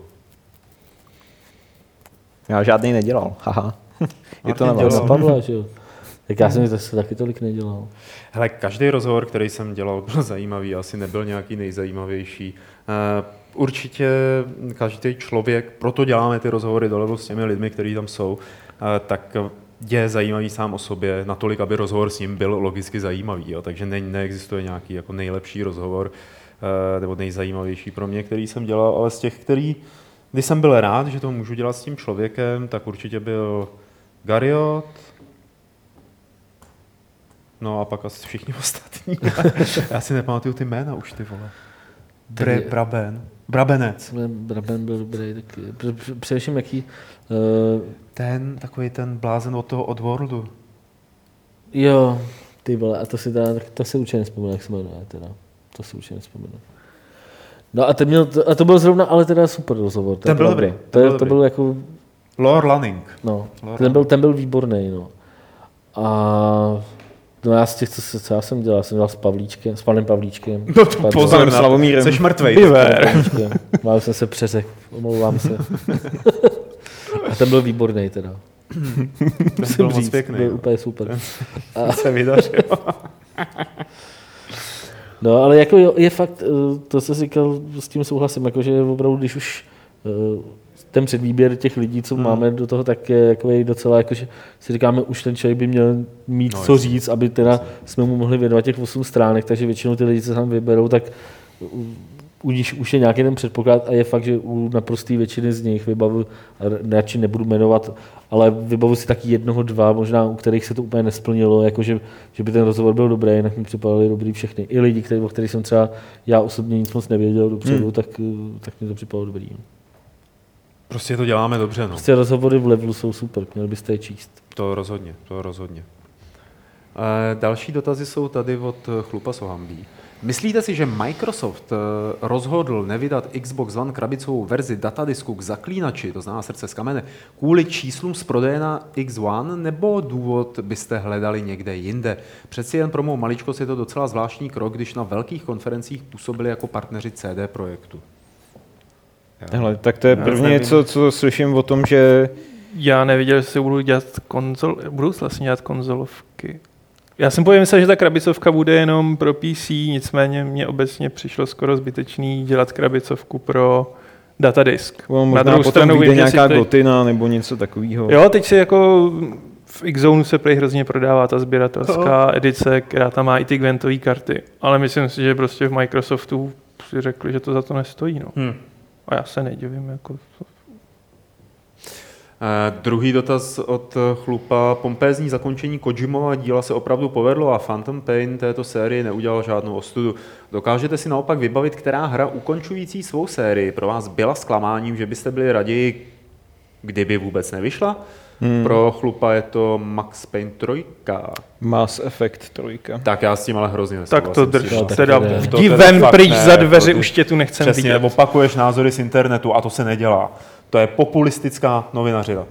Já žádný nedělal. Haha. Je to na Martin vás. To Pavla, že jo. Tak já jsem to taky tolik nedělal. Hele, každý rozhovor, který jsem dělal, byl zajímavý, asi nebyl nějaký nejzajímavější. Určitě každý člověk, proto děláme ty rozhovory do levelu s těmi lidmi, kteří tam jsou, tak je zajímavý sám o sobě, natolik, aby rozhovor s ním byl logicky zajímavý. Jo? Takže neexistuje nějaký jako nejlepší rozhovor nebo nejzajímavější pro mě, který jsem dělal, ale z těch, když jsem byl rád, že to můžu dělat s tím člověkem, tak určitě byl Gariot, no a pak asi všichni ostatní. Já si nepamatuju ty jména už, ty vole. Brabenec. Braben byl dobrý taky. Především jaký... Takový ten blázen od toho Oddworldu. Jo, ty vole, a to si určitě nespomenu, jak se jmenuje teda. To si určitě nespomenu. No a to byl zrovna, ale teda super rozhovor. Ten byl dobrý. To byl jako, Lord Lanning. no, ten byl výborný, no. A no já z těch, co já jsem dělal s panem Pavlíčkem. No to pozor, Slavomírem. Jseš mrtvej. Mal jsem se přeřekl, omlouvám se. A ten byl výborný teda. Ten byl moc pěkný. Byl úplně super. A se vydařilo. No, ale jako je fakt, to, co jsi říkal, s tím souhlasím, jakože opravdu, když už ten předvýběr těch lidí, co máme do toho, tak je jako docela, jakože si říkáme, už ten člověk by měl mít co říct, aby teda jsme mu mohli věnovat těch 8 stránek, takže většinou ty lidi, co tam vyberou, tak už je nějaký ten předpoklad a je fakt, že u naprosté většiny z nich vybavu, radši nebudu jmenovat, ale vybavu si taky 1, 2, možná u kterých se to úplně nesplnilo, jakože, že by ten rozhovor byl dobrý, jinak mi připadali dobrý všechny. I lidi, o kterých jsem třeba já osobně nic moc nevěděl dopředu, tak mi to připadalo dobrý. Prostě to děláme dobře, no. Prostě rozhovory v levelu jsou super, měli byste je číst. To rozhodně. Další dotazy jsou tady od Chlupa Sohambí. Myslíte si, že Microsoft rozhodl nevydat Xbox One krabicovou verzi datadisku k zaklínači, to znamená srdce z kamene, kvůli číslům z prodeje na X1, nebo důvod byste hledali někde jinde? Přeci jen pro mou maličkost je to docela zvláštní krok, když na velkých konferencích působili jako partneři CD Projektu. Hele, tak to je první něco, co slyším o tom, že... Já nevěděl, že se budou vlastně dělat konzolovky. Já jsem myslel, že ta krabicovka bude jenom pro PC, nicméně mně obecně přišlo skoro zbytečný dělat krabicovku pro datadisk. Možná na druhou stranu vyjde nějaká gotina nebo něco takového. Jo, teď si jako v X-Zone se prej hrozně prodává ta sběratelská edice, která tam má i ty Gwentové karty. Ale myslím si, že prostě v Microsoftu si řekli, že to za to nestojí. No. A já se nedivím. Jako... Druhý dotaz od chlupa. Pompézní zakončení Kojimova díla se opravdu povedlo a Phantom Pain této série neudělal žádnou ostudu. Dokážete si naopak vybavit, která hra ukončující svou sérii pro vás byla zklamáním, že byste byli raději, kdyby vůbec nevyšla? Pro chlupa je to Max Payne 3. Mass Effect 3. Tak já s tím ale hrozně Tak to drž, teda ne. jdi ven pryč za dveře, už tě tu nechcem Přesně, vidět. opakuješ názory z internetu a to se nedělá. To je populistická novinařina.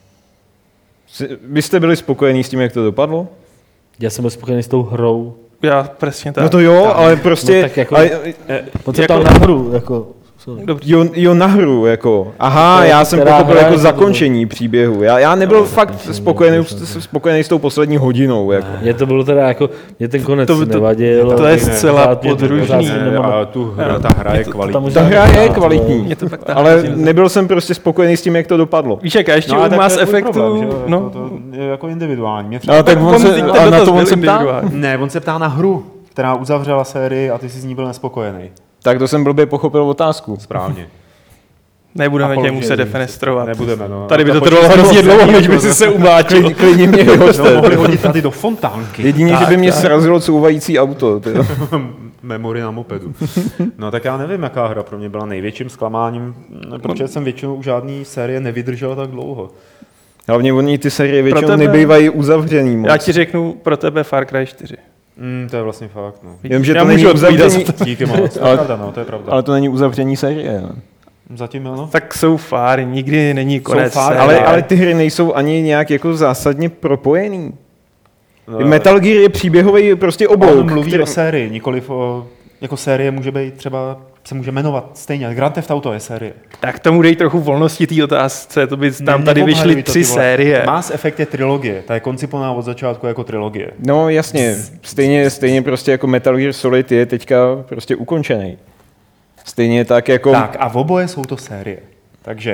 Vy jste byli spokojení s tím, jak to dopadlo? Já jsem byl spokojený s tou hrou. Já přesně tak. No to jo, ale prostě... No tak jako- ale, On se Jako- ptal na hru, jako... jo, na hru, jako. Aha, To je já jsem která pochopil hra, jako jako to zakončení příběhu. Já nebyl fakt spokojený s tou poslední hodinou, jako. Mně to bylo teda jako, mě ten konec To- nevadil. to je Pořád zcela mě to- podružný. pořád jsem Ne, nemohl- a ta hra je kvalitní. Ta hra je kvalitní, Mě to pak ale nebyl jsem prostě spokojený s tím, jak to dopadlo. Víš, jak a ještě ale u tak Mass to je tvůj Effectu, problém, že jo? no, To je jako individuální. Mě třeba... Ale tak on se, ten a na dotaz to byl on se ptá? individuální. Ne, on se ptá na hru, která uzavřela sérii a ty jsi z ní byl nespokojený. Tak to jsem blbě pochopil otázku. Správně. Nebudeme tě Apology. muset defenestrovat. Nebudeme, no. Tady by to To trvalo počítám, hrozně že dlouho, se než by jako- si se umláčil. Klidně mě vyhoďte. Mohli hodit tady do fontánky. Jedině, že by mě srazilo couvající auto. tyjo. Memory na mopedu. No tak já nevím, jaká hra pro mě byla největším zklamáním, protože jsem většinou u žádný série nevydržel tak dlouho. Hlavně oni ty série většinou tebe- nebývají uzavřený moc. Já ti řeknu pro tebe Far Cry 4. To je vlastně fakt, no. Vím, že Já to není můžu odpovídat uzavření, Díky moc, to je Ale- pravda, no, to je pravda. ale to není uzavření série. No. Zatím ano. Tak so far, nikdy není konec. far, série. Ale ty hry nejsou ani nějak jako zásadně propojený. No, Metal Gear je příběhový prostě on obouk. mluví který- o sérii, nikoliv o... Jako série může být třeba, se může jmenovat stejně. Grand Theft Auto je série. Tak tomu dej trochu volnosti té otázce, to by tam Ne, tady neobhajuj vyšly to, 3 ty vole. série. Mass Effect je trilogie, ta je koncipovaná od začátku jako trilogie. No jasně, stejně prostě jako Metal Gear Solid je teďka prostě ukončený. Stejně tak jako... Tak a v oboje jsou to série. Takže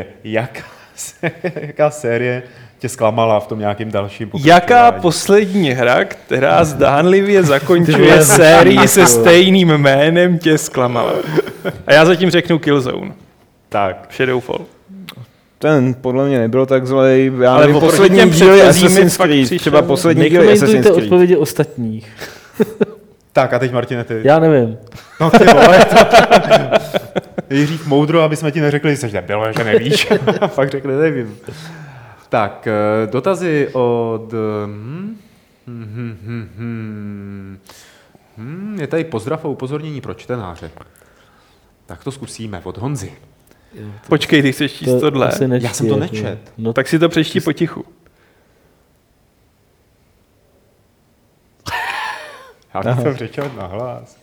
jaká série tě zklamala v tom nějakým dalším Jaká pokračování? poslední hra, která zdánlivě zakončuje sérii se stejným jménem, tě zklamala? A já zatím řeknu Killzone. Tak. Shadowfall. Ten podle mě nebyl tak zlej. Já Ale nevím, oproti poslední těm díly předchozím Assassin's fakt Creed, přišel. třeba poslední díly Assassin's Nekomentujte Creed. odpovědi ostatních. Tak a teď Martine, ty. Já nevím. No ty vole, Jiřík moudro, aby jsme ti neřekli, že jsi debil, že nevíš. A fakt řekli, nevím. Tak, dotazy od... Je tady pozdrav a upozornění pro čtenáře. Tak to zkusíme od Honzy. Počkej, ty chceš číst tohle. asi nečti, Já jsem to jako. nečet. No, Tak si to přečti potichu. Já bych to řečel nahlas.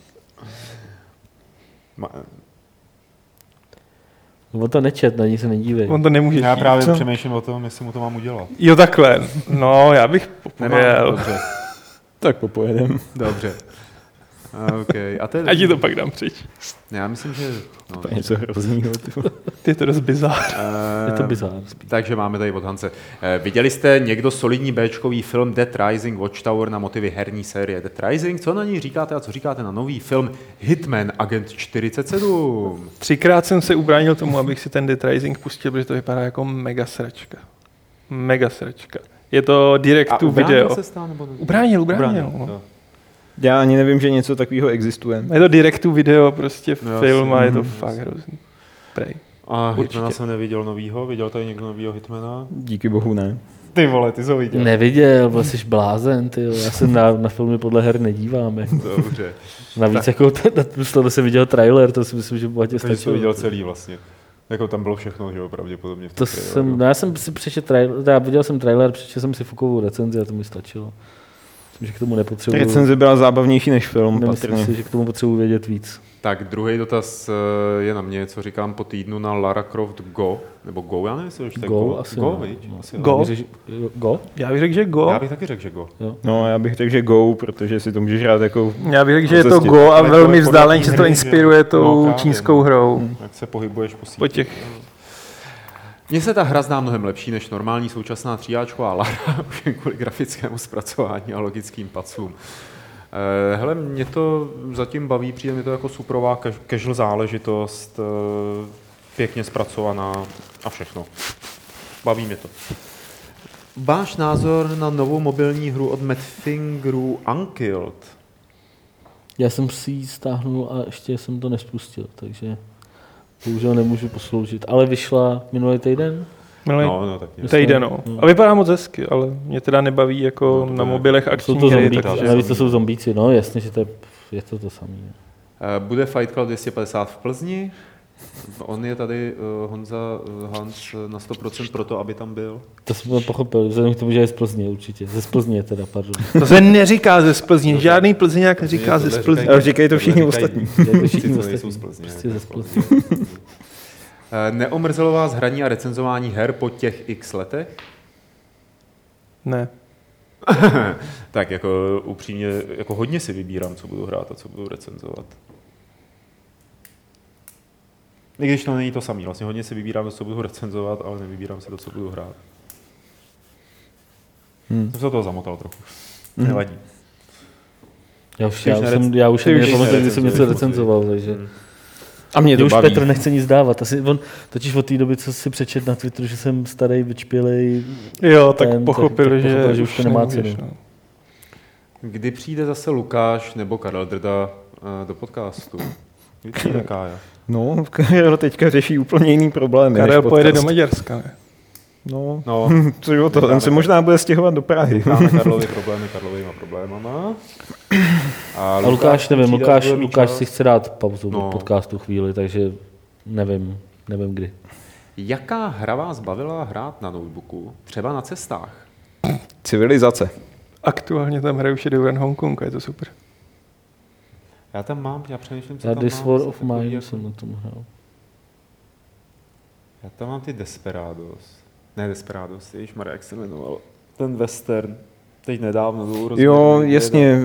on to nečet, na ní se nedívej. On to nemůže Já číst. právě Co? přemýšlím o tom, jestli mu to mám udělat. Jo, takhle. No, já bych popojel. Dobře, Tak popojedem. dobře. Okay. A A ti to pak dám přečíst. Já myslím, že... No, To je něco hroznýho. Je to dost bizár. Je to bizár. Takže máme tady od Hance. Viděli jste někdo solidní Bčkový film Dead Rising Watchtower na motivy herní série Dead Rising? Co na ní říkáte a co říkáte na nový film Hitman Agent 47? 3krát jsem se ubránil tomu, abych si ten Dead Rising pustil, protože to vypadá jako mega sračka. Mega sračka. Je to direct to video. se stál, nebo... Ubránil. No. Jo. Já ani nevím, že něco takového existuje. Je to direct to video, prostě No, film a je to jasně. fakt hrozný. Prej. A Určitě. Hitmana jsem neviděl novýho. Viděl tady někdo novýho Hitmana? Díky bohu ne. Ty vole, ty jsi ho viděl. Neviděl, byl jsi blázen, ty. Já se na filmy podle her nedívám. Jako. Dobře. Navíc jako z toho jsem viděl trailer, to si myslím, že bohatě Takže jsi to stačilo. viděl celý vlastně. Jako tam bylo všechno, že jo, pravděpodobně. v To tom traileru. jsem, no já jsem si přečetl trailer, já viděl jsem trailer, přečetl jsem si Fukovou recenzi a to mi stačilo. Myslím, že k tomu nepotřebuji. Recenze byla zábavnější než film, Nemyslím patrně. si, že k tomu potřebuji vědět víc. Tak druhý dotaz je na mě, co říkám po týdnu na Lara Croft Go, nebo Go, já nevím, jestli to je Go, asi Go, ne. viď? No, Asi Go? jo. Go? Já bych řekl, že Go. Já bych taky řekl, že Go. No, já bych řekl, že Go, protože si to můžeš hrát jako... Já bych řekl, že Na je to cestě. Go a Ale to velmi je vzdáleně, podle že to hry, inspiruje že- tou právě, čínskou hrou. Jak se pohybuješ po síti. Po těch... Mně se ta hra zdá mnohem lepší než normální současná tříáčková Lara, už jen kvůli grafickému zpracování a logickým pacům. Hele, mě to zatím baví, přijde mi to jako suprová casual záležitost, pěkně zpracovaná a všechno. Baví mě to. Váš názor na novou mobilní hru od Madfingeru Unkilled? Já jsem si ji stáhnul a ještě jsem to nespustil, takže bohužel nemůžu posloužit. Ale vyšla minulý týden? No, tak mě. Týden, no. A vypadá moc hezky, ale mě teda nebaví jako na mobilech Jsou akční to hry. zombíci, Takže... navíc to jsou zombíci, no jasně, že je to samé. Bude Fight Club 250 v Plzni? On je tady, Honza Hans, na 100% pro to, aby tam byl. To jsem pochopil, vzhledem k tomu, že je z Plzně určitě. Ze Plzně teda, pardon. To se neříká ze Plzně, žádný Plzeňák neříká ze Plzně. Ale říkají to všichni ostatní. Je to všichni Sice nejsou ostatní. z Plzně, Prostě tak ze Plzně. Neomrzelo vás hraní a recenzování her po těch x letech? Ne. Tak jako upřímně, jako hodně si vybírám, co budu hrát a co budu recenzovat. I když to není to samé, vlastně hodně si vybírám, co budu recenzovat, ale nevybírám si to, co budu hrát. Jsem se do toho zamotal trochu. Nevadí. Já už nepamatuji, kdy jsem něco recenzuješ recenzoval, takže... A mě to Už baví. Petr nechce nic dávat. On totiž od té doby, co si přečet na Twitteru, že jsem starý, vyčpělej. Jo, tak tak pochopil, že už to nemá nemůžeš, cenu. no. Kdy přijde zase Lukáš nebo Karel Drda do podcastu? Kdy přijde Kája? No, Karel teďka řeší úplně jiný problémy. Karel než pojede do podcast. Maďarska, ne? No, No, co jo to, ten se možná bude stěhovat do Prahy. máme Karlovy problémy Karlovýma problémama. A Lukáš, nevím, přijde, Lukáš, bude mít Lukáš čas. si chce dát pauzu No. od podcastu chvíli, takže nevím kdy. Jaká hra vás bavila hrát na notebooku? Třeba na cestách? Civilizace. Aktuálně tam hraju Shadowrun Hongkong a je to super. Já tam mám, já přemýšlím, co Já tam This mám. War co of takový Mine jako- jsem na tom hrál. Já tam mám ty Desperados. Ne Desperados, ježišmarja, jak se jmenoval. Ten western. Teď nedávno byl rozběrný. Jo, jasně.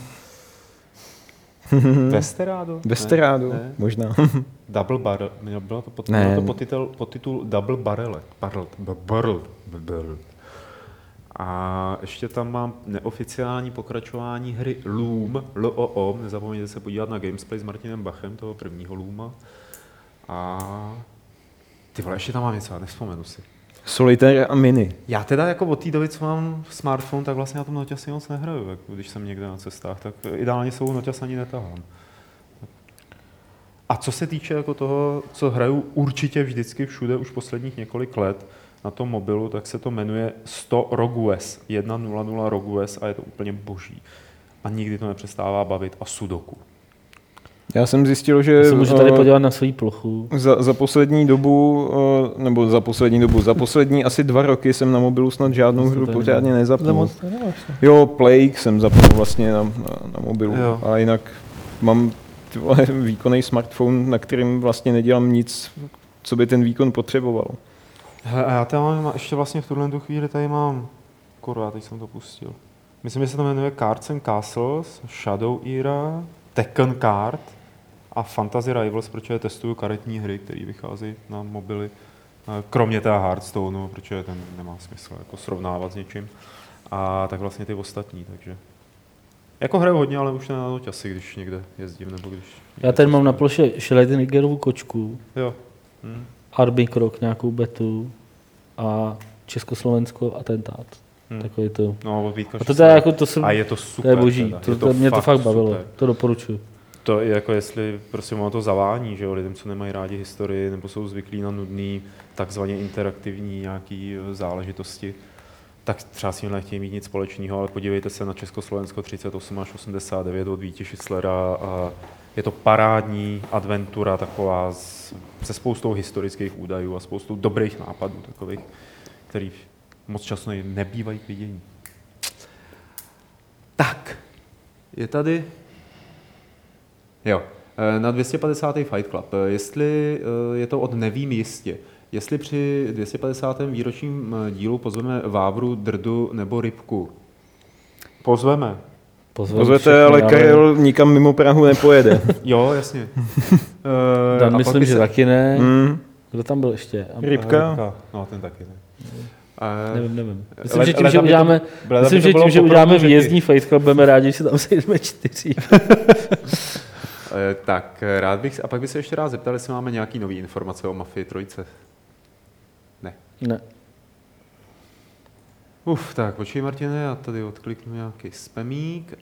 Westerado? Desperado, Ne. možná. Double Barrel. Bylo to Ne. bylo to podtitul Double Barrel. Barrel. A ještě tam mám neoficiální pokračování hry Loom, L-O-O. Nezapomeňte se podívat na Gamesplay s Martinem Bachem, toho prvního Looma. A ty vole, ještě tam mám něco, já nevzpomenu si. Solitaire a Mini. Já teda jako od té doby, co mám smartphone, tak vlastně na tom noťasi moc nehraju. Jako když jsem někde na cestách, tak ideálně svou noťas ani netahám. A co se týče jako toho, co hraju určitě vždycky všude už posledních několik let na tom mobilu, tak se to jmenuje 100 ROGOS, 100 ROGOS a je to úplně boží. A nikdy to nepřestává bavit a sudoku. Já jsem zjistil, že Já se můžu tady podívat na svou plochu. za poslední dobu, nebo za poslední asi 2 roky jsem na mobilu snad žádnou Jsem hru tady pořádně To nezapnul. moc to nemáš, ne? Jo, Plague jsem zapnul vlastně na mobilu, Jo. a jinak mám výkonný smartphone, na kterým vlastně nedělám nic, co by ten výkon potřeboval. Hele, a já tam mám ještě vlastně v tuhle chvíli tady mám, kurva, teď jsem to pustil. Myslím, že se to jmenuje Cards and Castles, Shadow Era, Tekken Card a Fantasy Rivals, protože testuju karetní hry, které vycházejí na mobily. Kromě té Hearthstoneu, protože ten nemá smysl jako srovnávat s něčím. A tak vlastně ty ostatní, takže... Jako hraju hodně, ale už ne na noťasy, když někde jezdím, nebo když... Já tady mám na ploše Schleidenigerovu kočku, Jo. Arby Krok, nějakou betu a Československo atentát. Takový to. No, od Vítka A to je jako, A je to super. to je boží, teda. mě to fakt bavilo, super. to doporučuji. To je jako jestli prostě ono to zavání, že jo, lidem, co nemají rádi historii nebo jsou zvyklí na nudný, takzvaně interaktivní nějaký záležitosti, tak třeba s tímhle chtějí mít nic společného, ale podívejte se na Československo 38 až 89 od Víti Šislera a je to parádní adventura taková se spoustou historických údajů a spoustou dobrých nápadů takových, který moc často nebývají k vidění. Tak, je tady... Jo, na 250. Fight Club. Jestli je to od Nevím jistě. Jestli při 250. výročním dílu pozveme Vávru, Drdu nebo Rybku. Pozveme. Pozvete, ale Karel nikam mimo Prahu nepojede. Jo, jasně. Dan a myslím, pak by že se- taky ne. Mm. Kdo tam byl ještě? Rybka. No, ten taky ne. Nevím. Myslím, že tím, že uděláme výjezdní Fight Club, budeme rádi, že tam sejdeme 4. Tak rád bych, a pak bych se ještě rád zeptal, jestli máme nějaký nový informace o Mafii 3. Ne. Tak počkej, Martine, já tady odkliknu nějaký spamík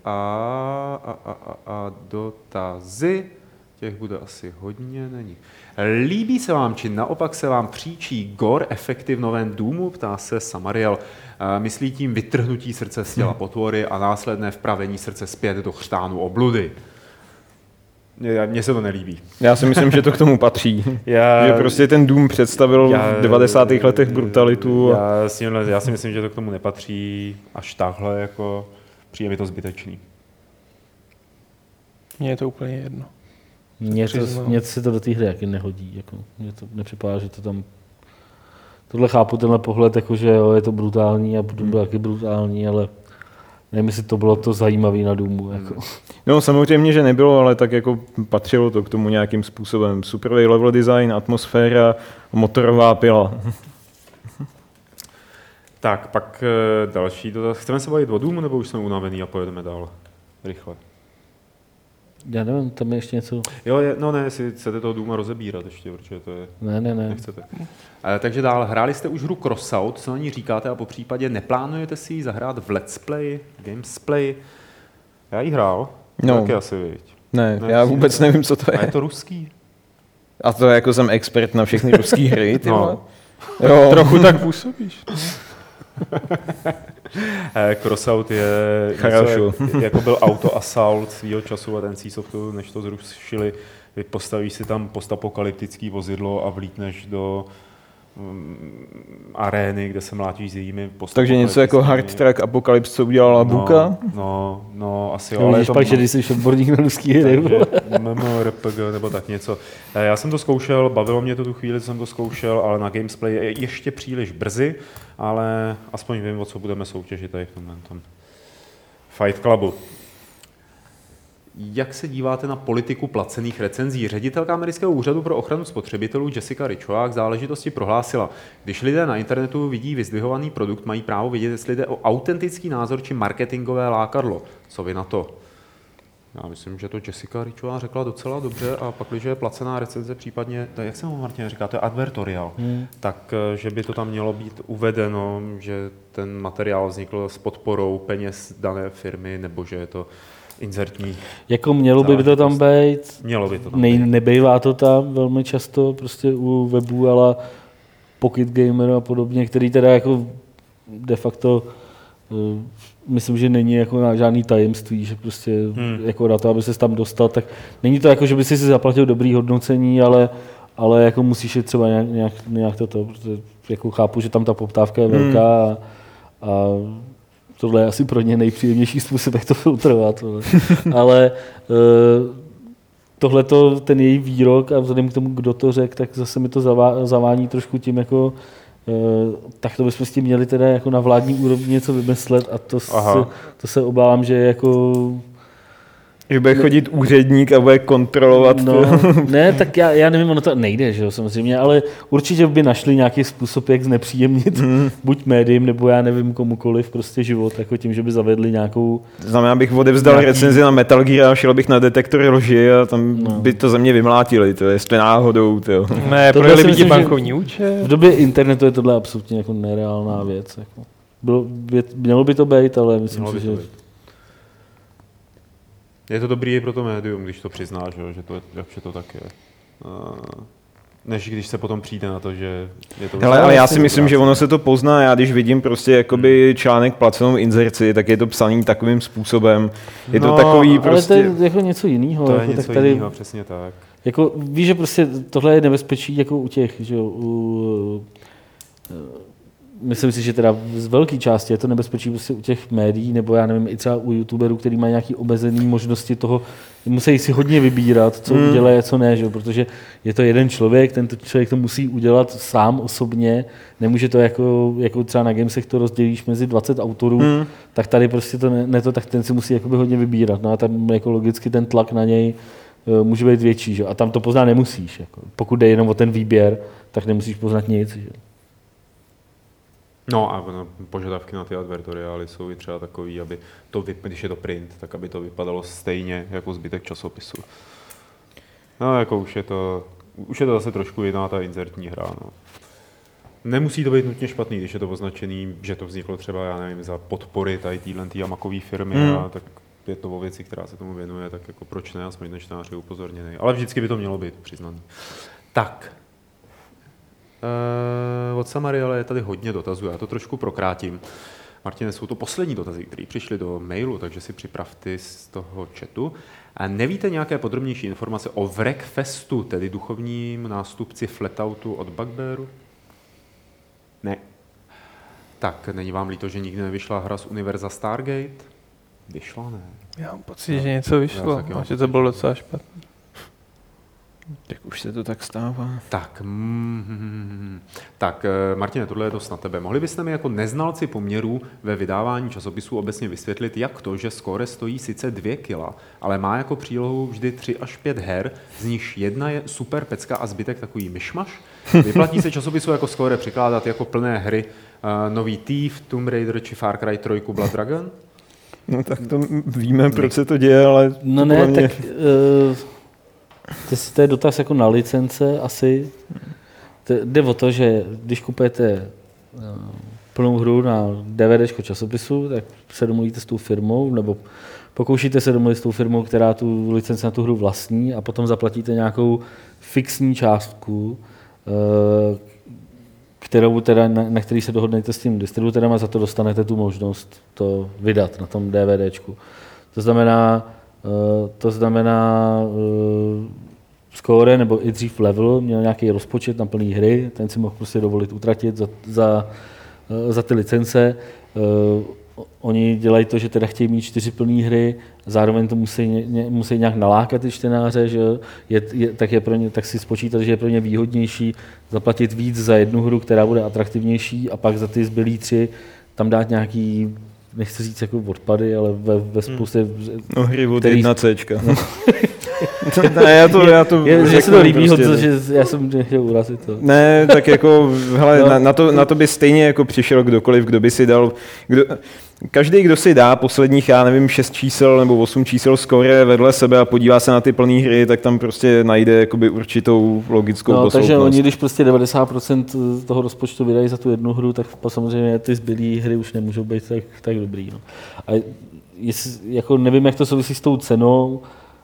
a dotazy. Těch bude asi hodně, není. Líbí se vám, či naopak se vám příčí gore efekty v novém Doomu, ptá se Samariel. Myslí tím vytrhnutí srdce z těla potvory a následné vpravení srdce zpět do chřtánu obludy. Mně se to nelíbí. Já si myslím, že to k tomu patří. Že prostě ten Doom představil v 90. letech brutalitu. Já si myslím, že to k tomu nepatří až takhle, jako přijde mi to zbytečný. Mně je to úplně jedno. Mně se to do té hry jaký nehodí. Jako, mně to nepřipadá, že to tam... Tohle chápu, tenhle pohled, jako, že jo, je to brutální a Doom byl taky brutální, ale nevím, jestli to bylo to zajímavé na Doomu. Jako. No samozřejmě, že nebylo, ale tak jako patřilo to k tomu nějakým způsobem. Superový level design, atmosféra, motorová pila. Tak, pak další dotaz. Chceme se bavit o Doomu, nebo už jsme unavený a pojedeme dál? Rychle. Já nevím, tam je ještě něco... jestli chcete toho Dooma rozebírat ještě, protože to je... Ne. Nechcete. Takže dál, hráli jste už hru Crossout, co na ní říkáte a po případě neplánujete si ji zahrát v Let's Play, Gamesplay? Já ji hrál, taky asi viď. Ne, já vůbec nevím, co to je. A je to ruský? A to jako jsem expert na všechny ruské hry, ty no. Jo. Trochu tak působíš. Crossout je něco, jako byl Auto Assault svýho času a ten Softu, než to zrušili, postavíš si tam postapokalyptický vozidlo a vlítneš do arény, kde se mlátíš s jejími postapokalyptickými. Takže něco jako Hard Track Apocalypse, co udělala Buka? No, asi jo. No, ale pak, že když jsi odborník na ruský hry. MMORPG nebo tak něco. Já jsem to zkoušel, bavilo mě to tu chvíli, co jsem to zkoušel, ale na Gamesplay je ještě příliš brzy, ale aspoň vím, o co budeme soutěžit tady v tom Fight Clubu. Jak se díváte na politiku placených recenzí? Ředitelka Amerického úřadu pro ochranu spotřebitelů Jessica Richoa k záležitosti prohlásila, když lidé na internetu vidí vyzdvihovaný produkt, mají právo vidět, jestli jde o autentický názor či marketingové lákadlo. Co vy na to? Já myslím, že to Jessica Richoa řekla docela dobře a pak, když je placená recenze, případně, jak se mu Martin říká, to je advertorial, tak že by to tam mělo být uvedeno, že ten materiál vznikl s podporou peněz dané firmy, nebo že je to inzertní. Jako mělo by to tam být. Mělo by to tam být. Nebejvá to tam velmi často prostě u webu, ale Pocket Gamer a podobně, který teda jako de facto myslím, že není jako žádný tajemství, že prostě jako na to, aby ses tam dostal, tak není to jako, že by si zaplatil dobrý hodnocení, ale jako musíš je třeba nějak toto, protože jako chápu, že tam ta poptávka je velká a tohle je asi pro ně nejpříjemnější způsob, jak to filtrovat. Ale tohleto, ten její výrok a vzhledem k tomu, kdo to řekl, tak zase mi to zavání trošku tím, jako tak to bychom s tím měli teda jako na vládní úrovni něco vymyslet a to se obávám, že jako... Že bude chodit úředník a bude kontrolovat. Ne, tak já nevím, ono to nejde, že jo, samozřejmě, ale určitě by našli nějaký způsob, jak znepříjemnit buď médiím, nebo já nevím komukoliv prostě život, jako tím, že by zavedli nějakou... Znamená, bych odevzdal recenzi na Metal Gear a šel bych na detektory lži a tam by to ze mě vymlátili, to jestli náhodou. To. Ne, projeli by ti bankovní účet. V době internetu je tohle absolutně jako nereálná věc. Jako. Mělo by to být, ale myslím si, že... Je to dobrý i pro to médium, když to přiznáš, že to tak je. Než když se potom přijde na to, že je to... Hele, ale já si myslím, že ono se to pozná. Já když vidím prostě jakoby článek placenou inzerci, tak je to psaný takovým způsobem. Je to takový prostě... Ale to je jako něco jiného. To je jako, něco tady, jiného, přesně tak. Jako, víš, že prostě tohle je nebezpečí jako u těch, že myslím si, že teda z velké části je to nebezpečí prostě u těch médií, nebo já nevím, i třeba u youtuberů, který mají nějaké omezené možnosti toho, musí si hodně vybírat, co udělají a co ne, že? Protože je to jeden člověk, tento člověk to musí udělat sám osobně, nemůže to jako třeba na Gamesech to rozdělíš mezi 20 autorů, tak tady prostě to tak ten si musí jakoby hodně vybírat, no a tam jako logicky ten tlak na něj může být větší, že? A tam to poznat nemusíš, jako. Pokud jde jenom o ten výběr, tak nemusíš poznat nic, že? No a požadavky na ty advertoriály jsou i třeba takový, aby to, když je to print, tak aby to vypadalo stejně jako zbytek časopisu. No jako už je to zase trošku jiná ta inzertní hra. No. Nemusí to být nutně špatný, když je to označený, že to vzniklo třeba, já nevím, za podpory tady téhle Makové firmy, a tak je to o věci, která se tomu věnuje, tak jako proč ne, aspoň ten čtenář je upozorněný. Ale vždycky by to mělo být přiznaný. Tak. Od Samariela je tady hodně dotazů, já to trošku prokrátím. Martine, jsou to poslední dotazy, které přišly do mailu, takže si připrav ty z toho chatu. A nevíte nějaké podrobnější informace o Wreckfestu, tedy duchovním nástupci Flatoutu od Bugbearu? Ne. Tak, není vám líto, že nikdy nevyšla hra z univerza Stargate? Vyšla, ne? Já mám pocit, že něco vyšlo, a že to bylo docela špatné. Tak už se to tak stává. Tak, Martine, tohle je dost na tebe. Mohli byste mi jako neznalci poměrů ve vydávání časopisů obecně vysvětlit, jak to, že Score stojí sice 2 kila, ale má jako přílohu vždy 3 až 5 her, z nichž jedna je super pecka a zbytek takový myšmaš? Vyplatí se časopisu jako Score přikládat jako plné hry nový Thief, Tomb Raider či Far Cry 3 Blood Dragon? No tak to víme, proč se to děje, ale... No ne, tak... To je dotaz jako na licence asi. Jde o to, že když kupujete plnou hru na DVDčko časopisu, tak se domluvíte s tou firmou, nebo pokoušíte se domluvit s tou firmou, která tu licenci na tu hru vlastní, a potom zaplatíte nějakou fixní částku, kterou teda, na který se dohodnete s tím distributorem, a za to dostanete tu možnost to vydat na tom DVDčku. To znamená Score nebo i dřív Level měl nějaký rozpočet na plný hry, ten si mohl prostě dovolit utratit za ty licence. Oni dělají to, že teda chtějí mít 4 plný hry, zároveň to musí nějak nalákat ty čtenáře, že tak si spočítat, že je pro ně výhodnější zaplatit víc za jednu hru, která bude atraktivnější, a pak za ty zbylý 3 tam dát nějaký, nechci říct jako odpady, ale ve spoustě... No hry od 1Cčka. No. já to že se to líbí, prostě, že já jsem nechtěl urazit to. Ne, tak jako, hele, no. na to by stejně jako přišel kdokoliv, kdo by si dal... Každý, kdo si dá posledních, já nevím, 6 čísel nebo 8 čísel Score vedle sebe a podívá se na ty plné hry, tak tam prostě najde jakoby určitou logickou posloupnost. Takže oni, když prostě 90% toho rozpočtu vydají za tu jednu hru, tak samozřejmě ty zbylé hry už nemůžou být tak dobrý. No. A jako nevím, jak to souvisí s tou cenou.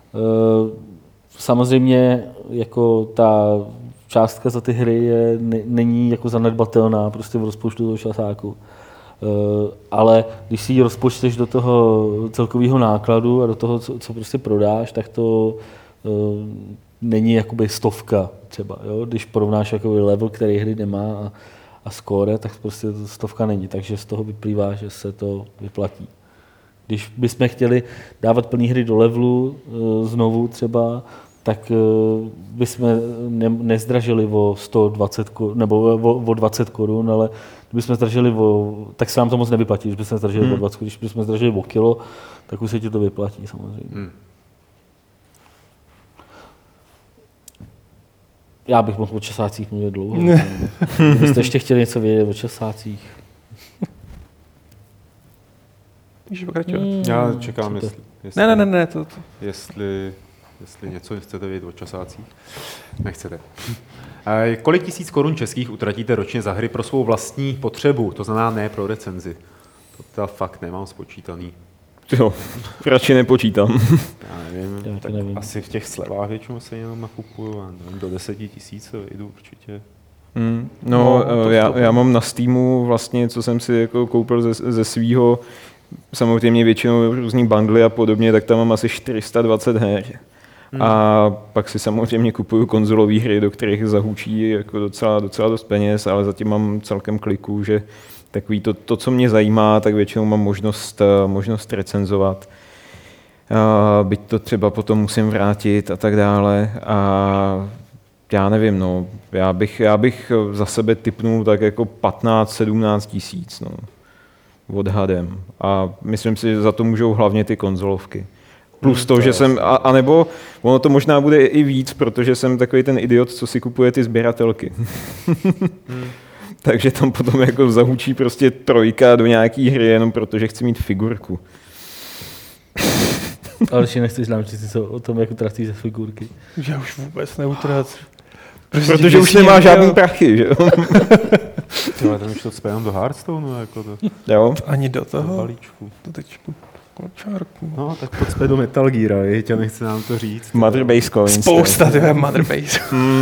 Samozřejmě jako ta částka za ty hry není jako zanedbatelná prostě v rozpočtu toho časáku. Ale když si ji rozpočteš do toho celkového nákladu a do toho, co prostě prodáš, tak to není jakoby 100 třeba. Jo? Když porovnáš jakoby Level, který hry nemá, a Score, tak prostě to 100 není. Takže z toho vyplývá, že se to vyplatí. Když bychom chtěli dávat plný hry do Levelu znovu třeba, tak bychom nezdražili o 120 nebo o 20 korun, ale kdybychom zdražili tak se nám to moc nevyplatí, když bychom zdražili o 20, když bychom zdražili o kilo, tak už se ti to vyplatí samozřejmě. Já bych mohl o časácích mluvit dlouho. Kdybyste ještě chtěli něco vědět o časácích. Můžeš pokračovat. Já čekám, jestli něco chcete vědět o časácích. Nechcete. Kolik tisíc korun českých utratíte ročně za hry pro svou vlastní potřebu? To znamená ne pro recenzi. To teda fakt nemám spočítaný. Jo, radši nepočítám. Já nevím, asi v těch slevách většinou se jenom nakupuju, do 10 000 jdu určitě. Já mám na Steamu vlastně, co jsem si jako koupil ze svýho, samozřejmě většinou různý bundly a podobně, tak tam mám asi 420 her. A pak si samozřejmě kupuju konzolové hry, do kterých zahučí jako docela dost peněz, ale zatím mám celkem kliků, že takový to, co mě zajímá, tak většinou mám možnost recenzovat. Byť to třeba potom musím vrátit a tak dále. A já nevím, no, já bych za sebe tipnul tak jako 15-17 tisíc, no, odhadem. A myslím si, že za to můžou hlavně ty konzolovky. Plus to, že jsem, anebo ono to možná bude i víc, protože jsem takový ten idiot, co si kupuje ty sběratelky. Takže tam potom jako zahučí prostě 3 do nějaký hry, jenom protože chci mít figurku. Ale ještě nechceš nám říct o tom, jako tracíš ze figurky. Já už vůbec neutrac. Protože už nemá žádný prachy, že jo? Tyhle, ten už to spějám do Hearthstoneu, jako to Jo. Ani do do toho. balíčku. To teď kočárku. No, tak pojď zpět do Metal Geara, viď, a nechce nám to říct. Mother Base Coins. Spousta, tyhle Mother Base.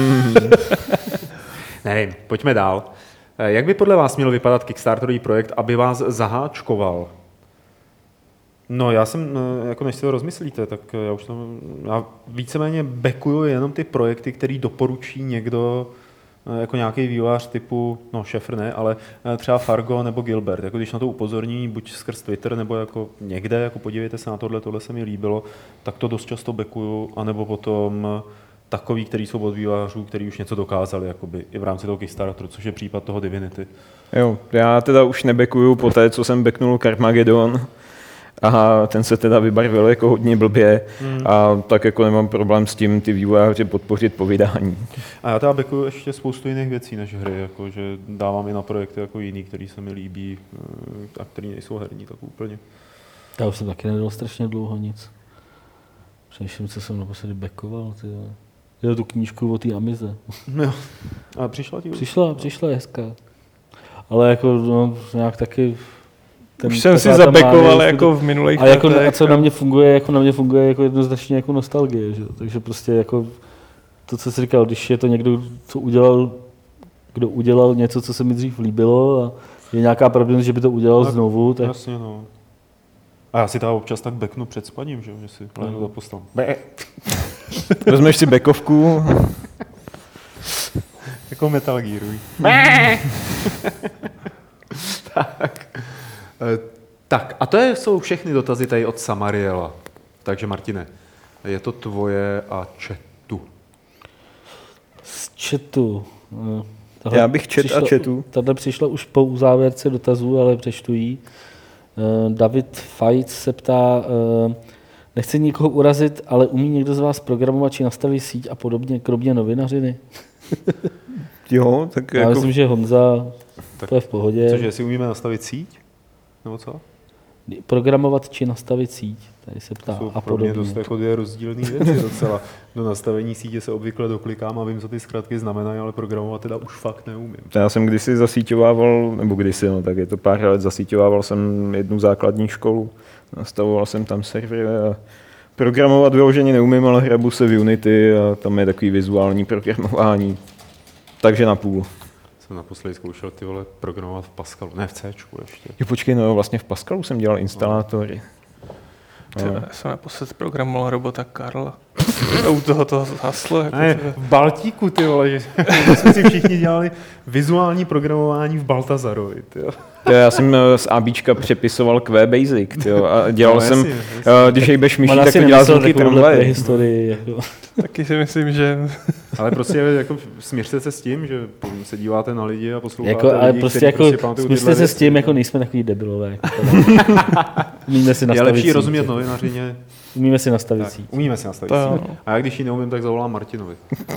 Nevím, pojďme dál. Jak by podle vás měl vypadat Kickstarterový projekt, aby vás zaháčkoval? No, já jsem, jako než si to rozmyslíte, tak já víceméně backuju jenom ty projekty, který doporučí někdo, jako nějaký vývojář typu, no Šefr ne, ale třeba Fargo nebo Gilbert. Jako když na to upozorní, buď skrz Twitter, nebo jako někde, jako podívejte se na tohle se mi líbilo, tak to dost často backuju, anebo potom takový, který jsou od vývojářů, který už něco dokázali, jakoby, i v rámci toho Kickstarteru, což je případ toho Divinity. Jo, já teda už nebackuju po té, co jsem backnul Carmageddon. A ten se teda vybarvil jako hodně blbě a tak jako nemám problém s tím ty vývojáři podpořit po vydání. A já teda backuju ještě spoustu jiných věcí než hry, jako, že dávám i na projekty jako jiný, který se mi líbí a který nejsou herní, tak úplně. Já už jsem taky nedal strašně dlouho nic. Přemýšlím, co jsem naposledy backoval. Jo, tu knížku o té Amize. Jo. A přišla ti? Přišla, je hezká. Ale jako no, nějak taky... Už jsem si zabackoval jako v minulých letech. letech. A co na mě funguje jako jednoznačně jako nostalgie. Že? Takže prostě jako to, co jsi říkal, když je to někdo, kdo udělal něco, co se mi dřív líbilo a je nějaká pravděpodobnost, že by to udělal znovu. Tak... Jasně, no. A já si teda občas tak backnu před spaním, že si hlednu zaposlám. Vezmeš si backovku. Jako Metal Gearuj. Tak, a to jsou všechny dotazy tady od Samariela. Takže Martine, je to tvoje a chatu. Z chatu. Já bych a chatu. Tahle přišla už po uzávěrce dotazů, ale přečtu jí. David Fajc se ptá, nechci nikoho urazit, ale umí někdo z vás programovat či nastavit síť a podobně, kromě novinařiny? Jo, tak Já jako... myslím, že Honza, Tak, to je v pohodě. Cože, jestli umíme nastavit síť? Nebo co? Programovat či nastavit síť, tady se ptá Jsou a pro mě podobně. dost jako 2 rozdílné věci docela. Do nastavení sítě se obvykle doklikám a vím, co ty zkratky znamenají, ale programovat teda už fakt neumím. Já jsem kdysi zasíťovával, nebo kdysi, no, tak je to pár let, zasíťovával jsem jednu základní školu, nastavoval jsem tam servery a programovat vyloženě neumím, ale hrabu se v Unity a tam je takový vizuální programování, takže na půl. Jsem naposledy zkoušel ty vole programovat v Pascalu, ne v Cčku ještě. Jo, počkej, no vlastně v Pascalu jsem dělal instalátory. Já jsem naposled programoval robota Karla. U toho haslo. Jako Ne, v Baltíku, ty vole, že jsme si všichni dělali vizuální programování v Baltazarovi, ty jo. Já jsem z ABčka přepisoval QBasic, tyjo, a dělal No, jsem, jasně. Když hejbeš myší, Ona tak si to dělá nemyslel zvuky takovouhle tramvaje. prehistorii. Jako. Taky si myslím, že... Ale prostě jako směřte se s tím, že se díváte na lidi a posloucháte Jako, ale lidi, prostě kteří jako, prostě pamatují smyslete tyhle se s věci. tím, jako nejsme takový debilové. Jako umíme si Je nastavit lepší síť. rozumět novinařině. Umíme si nastavit Tak, síť. umíme si nastavit To síť. jo. A já když ji neumím, tak zavolám Martinovi.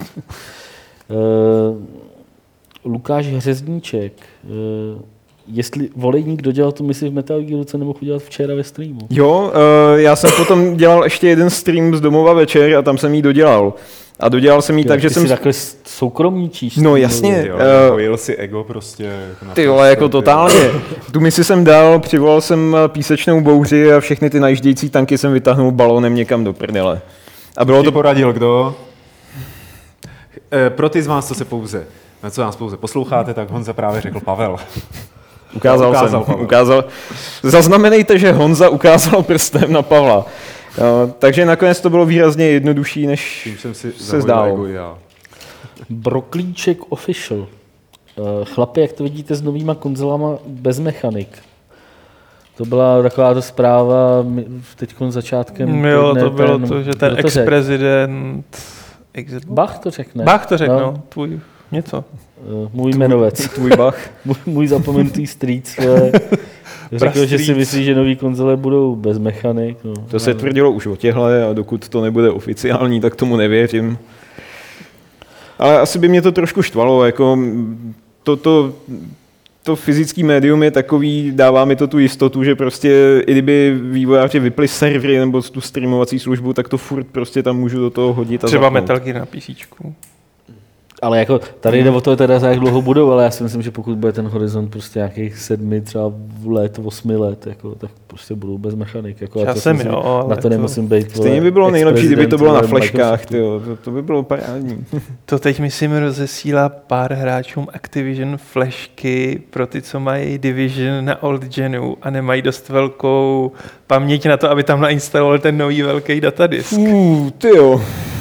Lukáš Hřezníček. Jestli volejník dodělal tu misi v Metal Gearu, co nemohl udělat včera ve streamu. Jo, já jsem potom dělal ještě jeden stream z domova večer a tam jsem jí dodělal. A dodělal jsem jí tak, že ty jsem... si takhle soukromníčíš. No jasně. Jo, pojil si ego prostě. Jako na Ty to, vole, jako ty totálně. Tu misi jsem dal, přivolal jsem písečnou bouři a všechny ty najíždějící tanky jsem vytáhnul balónem někam do prdele. A bylo Ti to... poradil kdo? Pro ty z vás, co nás pouze posloucháte, tak Honza právě řekl Pavel. Ukázal. Zaznamenejte, že Honza ukázal prstem na Pavla. Takže nakonec to bylo výrazně jednodušší, než Tím jsem si se zdálo. já. Broklíček Official. Chlapi, jak to vidíte s novýma konzolama bez mechanik? To byla taková zpráva teď začátkem. Jo, to bylo to, že ten ex-prezident... Bach to řekne. Bach to řekne, no. Tvůj něco. Můj jmenovec. Tvůj Bach. můj zapomenutý strýc. Řekl, že si myslí, že nový konzole budou bez mechanik. No. To se tvrdilo už o těhle a dokud to nebude oficiální, tak tomu nevěřím. Ale asi by mě to trošku štvalo, jako to fyzický médium je takový, dává mi to tu jistotu, že prostě i kdyby vývojáři vypli servery nebo tu streamovací službu, tak to furt prostě tam můžu do toho hodit a Třeba zapnout. Metal Gear na PCčku. Ale jako tady jde o to teda, za jak dlouho budou, ale já si myslím, že pokud bude ten horizont prostě nějakých 7 třeba let, 8 let, jako, tak prostě budou bez mechanik. Jako, Časem jo, ale na to nemusím být. Stejně by bylo nejlepší, kdyby to bylo na fleškách, Microsoftu. tyjo. To by bylo parádní. To teď myslím rozesílá pár hráčům Activision flešky pro ty, co mají Division na old genu a nemají dost velkou paměť na to, aby tam nainstalovali ten nový velký datadisk. Tyjo.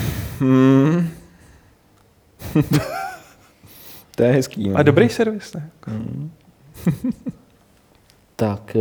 To je hezký. No. A dobrý servis, ne? Tak,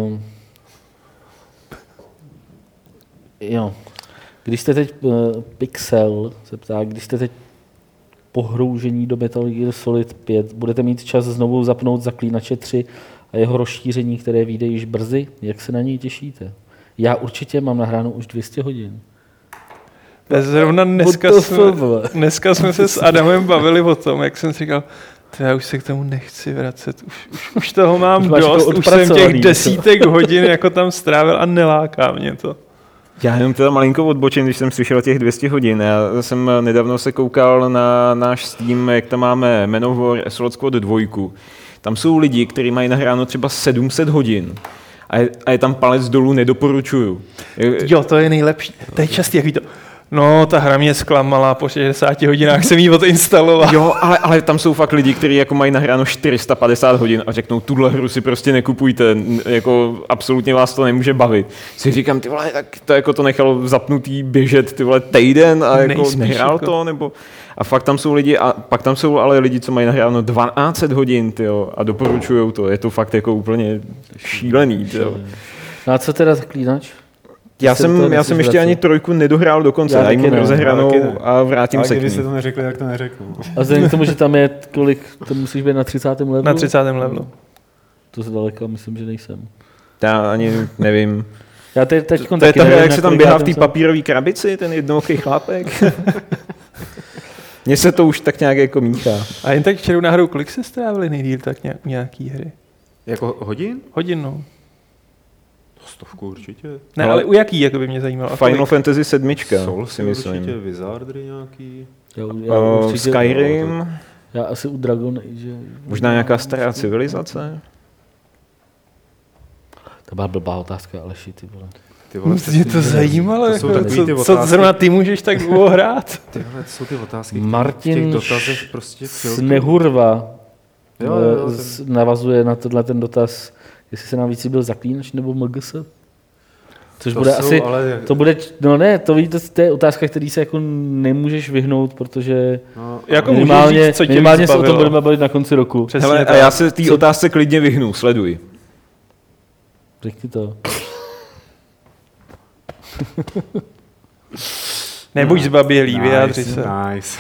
jo. Když jste teď, Pixel se ptá, když jste teď pohroužení do Metal Gear Solid 5, budete mít čas znovu zapnout Zaklínače 3 a jeho rozšíření, které vyjde již brzy? Jak se na něj těšíte? Já určitě mám nahráno už 200 hodin. Zrovna dneska jsme se s Adamem bavili o tom, jak jsem si říkal, já už se k tomu nechci vracet, už toho mám dost, už jsem těch desítek hodin jako tam strávil a neláká mě to. Já jenom teda malinko odbočím, když jsem slyšel těch 200 hodin. Já jsem nedávno se koukal na náš Steam, jak tam máme Manowar Assault Squad 2. Tam jsou lidi, kteří mají nahráno třeba 700 hodin. A je tam palec dolů, nedoporučuju. Jo, to je nejlepší. To je častý, jak ví to. No, ta hra mě zklamala, po 60 hodinách jsem ji odinstaloval. Jo, ale tam jsou fakt lidi, kteří jako mají nahráno 450 hodin a řeknou, tuhle hru si prostě nekupujte, jako absolutně vás to nemůže bavit. Si říkám, ty vole, tak to jako to nechalo zapnutý běžet, ty vole, týden a jako nehrál jako to, nebo... A fakt tam jsou lidi, a pak tam jsou ale lidi, co mají nahráno 12 hodin, tyjo, a doporučujou to. Je to fakt jako úplně šílený, tyjo. No a co teda Zaklínač? Já jsem ještě ani 3 nedohrál do konce, já jim rozehranou a vrátím se k ní. Kdybyste to neřekli, tak to neřeknu. A vzhledem k tomu, že tam je kolik, to musíš být na 30. levelu? Na 30. levelu. To zdaleka myslím, že nejsem. Já ani nevím. Já teď to je ta hra, jak se tam běhá v té papírové krabici, ten jednoduchý chlápek. Mně se to už tak nějak jako míchá. A jen tak včera náhodou, kolik se strávili nejdýl tak nějaký hry? Jako hodin? Hodin, no. 100 určitě. Ne, ale u jaký, jako by mě zajímalo. Final Fantasy 7, Soul si myslím. Určitě, Wizardry nějaký. Skyrim. Já asi u Dragon Age. Možná nějaká stará civilizace. To byla blbá otázka, Aleši, ty vole. Mě to zajímalo, to jako, co zrovna ty můžeš tak dlouho hrát. Tyhle, to jsou ty otázky, Martin v těch dotazech prostě Snehurva navazuje na tenhle ten dotaz, jestli se nám víc byl Zaklínač nebo MGS. Což to bude asi, ale... to bude, no ne, to je otázka, který se jako nemůžeš vyhnout, protože jako minimálně, říct, co minimálně se o tom budeme bavit na konci roku. Hele, a já se té otázce klidně vyhnu, sleduj. Řekni to. Nebuď zbabělý, vyjádři se. Nice.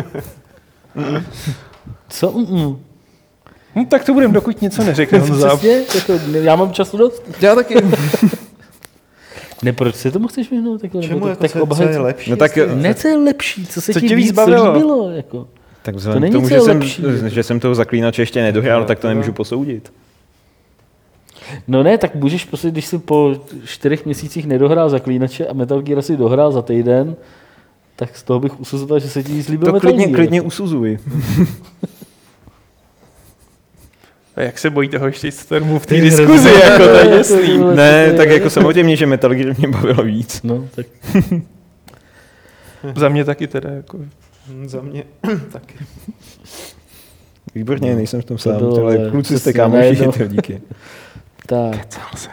Co? No, tak to budeme, dokud něco neřekne. Přesně, jako, já mám času dost. Já taky. Ne, proč se tomu chceš vyhnout? Čemu jako co je lepší? No tak, ne, co je lepší, co se co ti víc líbilo? Jako. Tak vzhledem k tomu, že jsem toho Zaklínače ještě nedohrál, tak to nemůžu posoudit. No ne, tak můžeš prostě, když jsi po 4 měsících nedohrál Zaklínače a Metal Gear si dohrál za týden, tak z toho bych usuzoval, že se ti víc líbil Metal Gear. Klidně usuzuj. A jak se bojí toho štěstormu v té diskuzi, jako to je jasný. Ne, tak jako samozřejmě, že Metal Gear mě bavilo víc. No, tak. Za mě taky teda, jako. Za mě taky. Výborně, nejsem v tom sám, ale kluci jste kámoši, díky. Tak. Kecal jsem.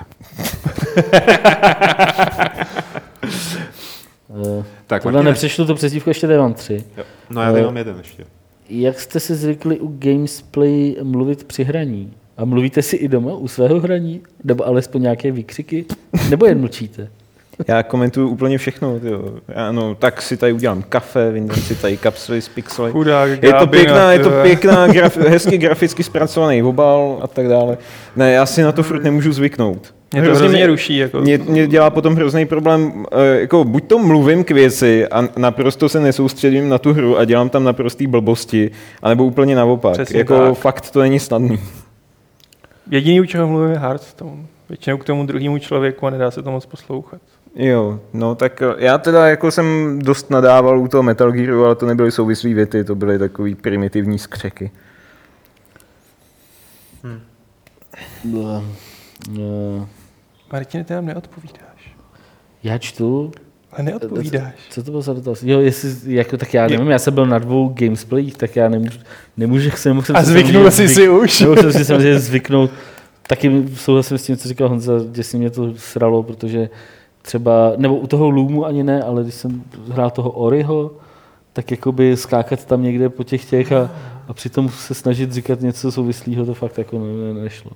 Tak, tohle nepřešlo to přezdívku, ještě tady mám 3. Jo. No já tady mám jeden ještě. Jak jste si zvykli u Gamesplay mluvit při hraní? A mluvíte si i doma u svého hraní? Nebo alespoň nějaké výkřiky? Nebo jen mlčíte? Já komentuju úplně všechno. Ano, tak si tady udělám kafe, vyndám si tady kapsly z pixely. Je to pěkná hezky graficky zpracovaný obal a tak dále. Ne, já si na to furt nemůžu zvyknout. Mě to hrozně ruší. Jako. Mě dělá potom hrozný problém, jako buď to mluvím k věci a naprosto se nesoustředím na tu hru a dělám tam naprostý blbosti, anebo úplně naopak. Přesně jako tak. fakt to není snadný. Jediný, u čeho mluvím, je Hearthstone. Většinou k tomu druhému člověku a nedá se to moc poslouchat. Jo, no tak já teda jako jsem dost nadával u toho Metal Gearu, ale to nebyly souvislý věty, to byly takový primitivní skřeky. Martine, ty nám neodpovídáš. Já čtu. Ale neodpovídáš. Co to bylo za dotaz? Jo, jestli, jako, tak já nevím, já jsem byl na 2 gamesplayích, tak já nemůžu A zvyknul jsi si už. Nebo jsem si samozřejmě zvyknout. Taky souhlasím s tím, co říkal Honza, děsně mě to sralo, protože třeba, nebo u toho Loomu ani ne, ale když jsem hrál toho Oriho, tak jakoby skákat tam někde po těch a přitom se snažit říkat něco souvislého, to fakt jako nešlo.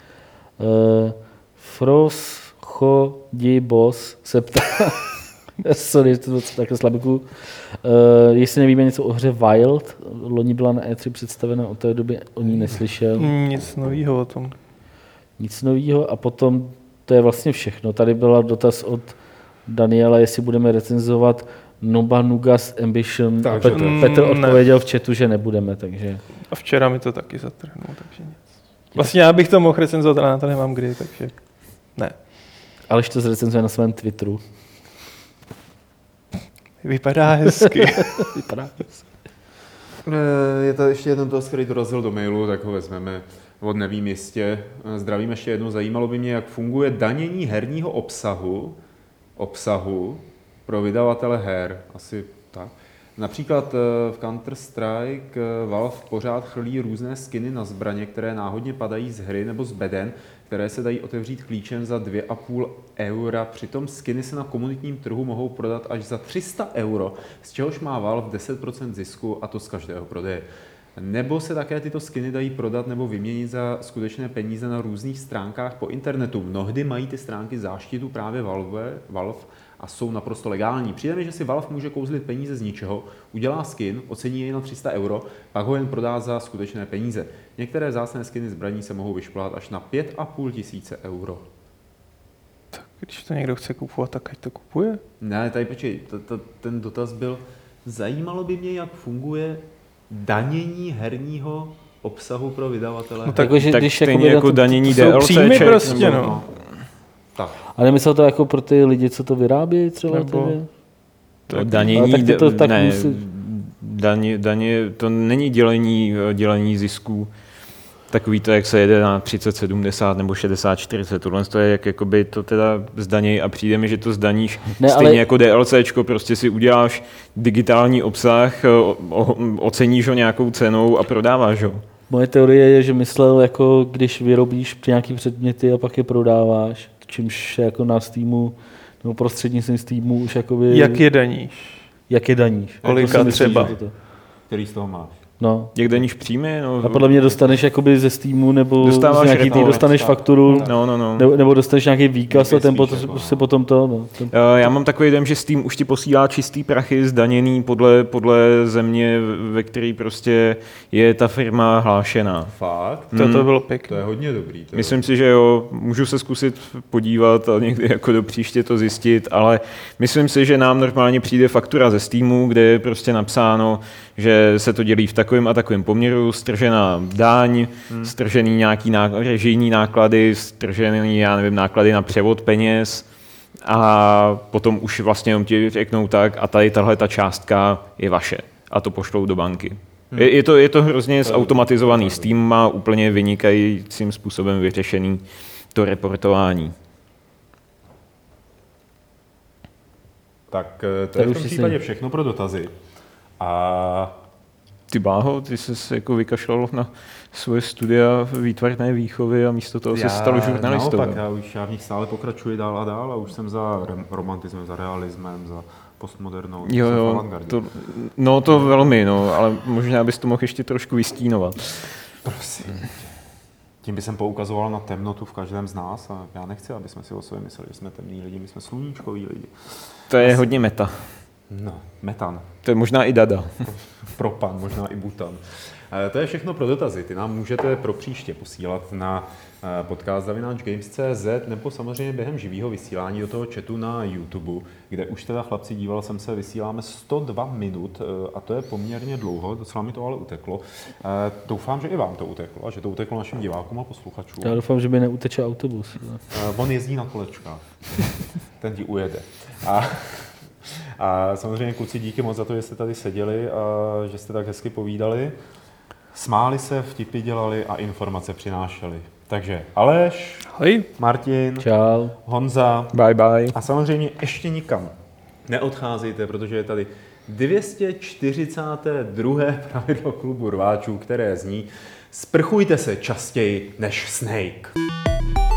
Boss se ptá, sorry, to bylo takhle slabiku, jestli nevíme něco o hře Wild, loni byla na E3 představena, od té doby o ní neslyšel. Nic novýho o tom. Nic novýho a potom to je vlastně všechno. Tady byla dotaz od Daniela, jestli budeme recenzovat Noba Nugas Ambition. Tak, Petr odpověděl v chatu, že nebudeme, takže... A včera mi to taky zatrhnul, takže nic. Vlastně já bych to mohl recenzovat, ale na to nemám kdy, takže ne. Aleš to zrecenzuje na svém Twitteru. Vypadá hezky. Vypadá. Je to ještě jeden dotaz, který dorazil do mailu, tak ho vezmeme od nevím jistě. Zdravím ještě jednou, zajímalo by mě, jak funguje danění herního obsahu pro vydavatele her. Asi tak. Například v Counter-Strike Valve pořád chrlí různé skiny na zbraně, které náhodně padají z hry nebo z beden, které se dají otevřít klíčem za 2,5 eura. Přitom skiny se na komunitním trhu mohou prodat až za 300 euro, z čehož má Valve 10% zisku, a to z každého prodeje. Nebo se také tyto skiny dají prodat nebo vyměnit za skutečné peníze na různých stránkách po internetu. Mnohdy mají ty stránky záštitu právě Valve a jsou naprosto legální. Přijde mi, že si Valve může kouzlit peníze z ničeho, udělá skin, ocení jej na 300 euro, pak ho jen prodá za skutečné peníze. Některé vzácné skiny zbraní se mohou vyšplhat až na 5,5 tisíce euro. Tak když to někdo chce kupovat, tak ať to kupuje. Ne, tady počkej, ten dotaz byl, zajímalo by mě, jak funguje danění herního obsahu pro vydavatele. No tak, že Tak když stejně jako danění jsou příjmy DLCček. prostě, nebo- no. Tak. A nemyslel to jako pro ty lidi, co to vyrábí třeba? Nebo- tedy? To danění, Ale tak to tak ne, musí- daně, to není dělení zisků. Takový to, jak se jede na 30, 70 nebo 60, 40. Tohle to je, jak jakoby to teda zdaněj a přijde mi, že to zdaníš Ne, stejně ale- jako DLCčko, prostě si uděláš digitální obsah, oceníš ho nějakou cenou a prodáváš ho. Moje teorie je, že myslel, jako když vyrobíš nějaký předměty a pak je prodáváš, čímž jako na Steamu, nebo prostřednictvím Steamu už jakoby... Jak je daníš? Jak je daníš. Kolika To si myslíš, třeba? že to- Který z toho máš? No. Jak daníš příjmy? No, A podle mě dostaneš jakoby ze Steamu, nebo Dostáváš z nějaký reklamu. dostaneš fakturu, no. nebo dostaneš nějaký výkaz a ten Spíš potom, jako, si potom to... No, Já mám takový dojem, že Steam už ti posílá čistý prachy zdaněný podle země, ve které prostě je ta firma hlášená. Fakt? To bylo To pěkné. je hodně dobrý. To je Myslím si, že jo, můžu se zkusit podívat a někdy jako do příště to zjistit, ale myslím si, že nám normálně přijde faktura ze Steamu, kde je prostě napsáno, že se to dělí v takovém a takovém poměru, stržená daň, stržený nějaký režijní náklady, stržený, já nevím, náklady na převod peněz a potom už vlastně jenom ti řeknou tak a tady tahle ta částka je vaše a to pošlou do banky. Je to hrozně zautomatizovaný. Steam má úplně vynikajícím způsobem vyřešený to reportování. Tak to Tak je v už tom si- případě všechno pro dotazy. A Ty Bláho, ty jsi jako vykašlal na svoje studia výtvarné výchovy a místo toho se stal žurnalistou. Naopak, já v nich stále pokračuji dál a dál a už jsem za romantismem, za realismem, za postmodernou, jsem v Jo, avantgardě. to velmi, no, ale možná bys to mohl ještě trošku vystínovat. Prosím. Tím by jsem poukazoval na temnotu v každém z nás a já nechci, aby jsme si o sobě mysleli, že jsme temní lidi, my jsme sluníčkoví lidi. To je hodně meta. No, metan. To je možná i Dada. Propan, možná i butan. To je všechno pro dotazy. Ty nám můžete pro příště posílat na podcast@games.cz nebo samozřejmě během živého vysílání do toho chatu na YouTube, kde už teda chlapci, díval jsem se, vysíláme 102 minut a to je poměrně dlouho, docela mi to ale uteklo. Doufám, že i vám to uteklo a že to uteklo našim divákům a posluchačům. Já doufám, že by neuteče autobus. On jezdí na kolečkách. Ten ti ujede. A samozřejmě kluci, díky moc za to, že jste tady seděli a že jste tak hezky povídali. Smáli se, vtipy dělali a informace přinášeli. Takže Aleš, Ahoj. Martin, Čau. Honza Bye bye. a samozřejmě ještě nikam neodcházejte, protože je tady 242. pravidlo klubu rváčů, které zní: sprchujte se častěji než Snake.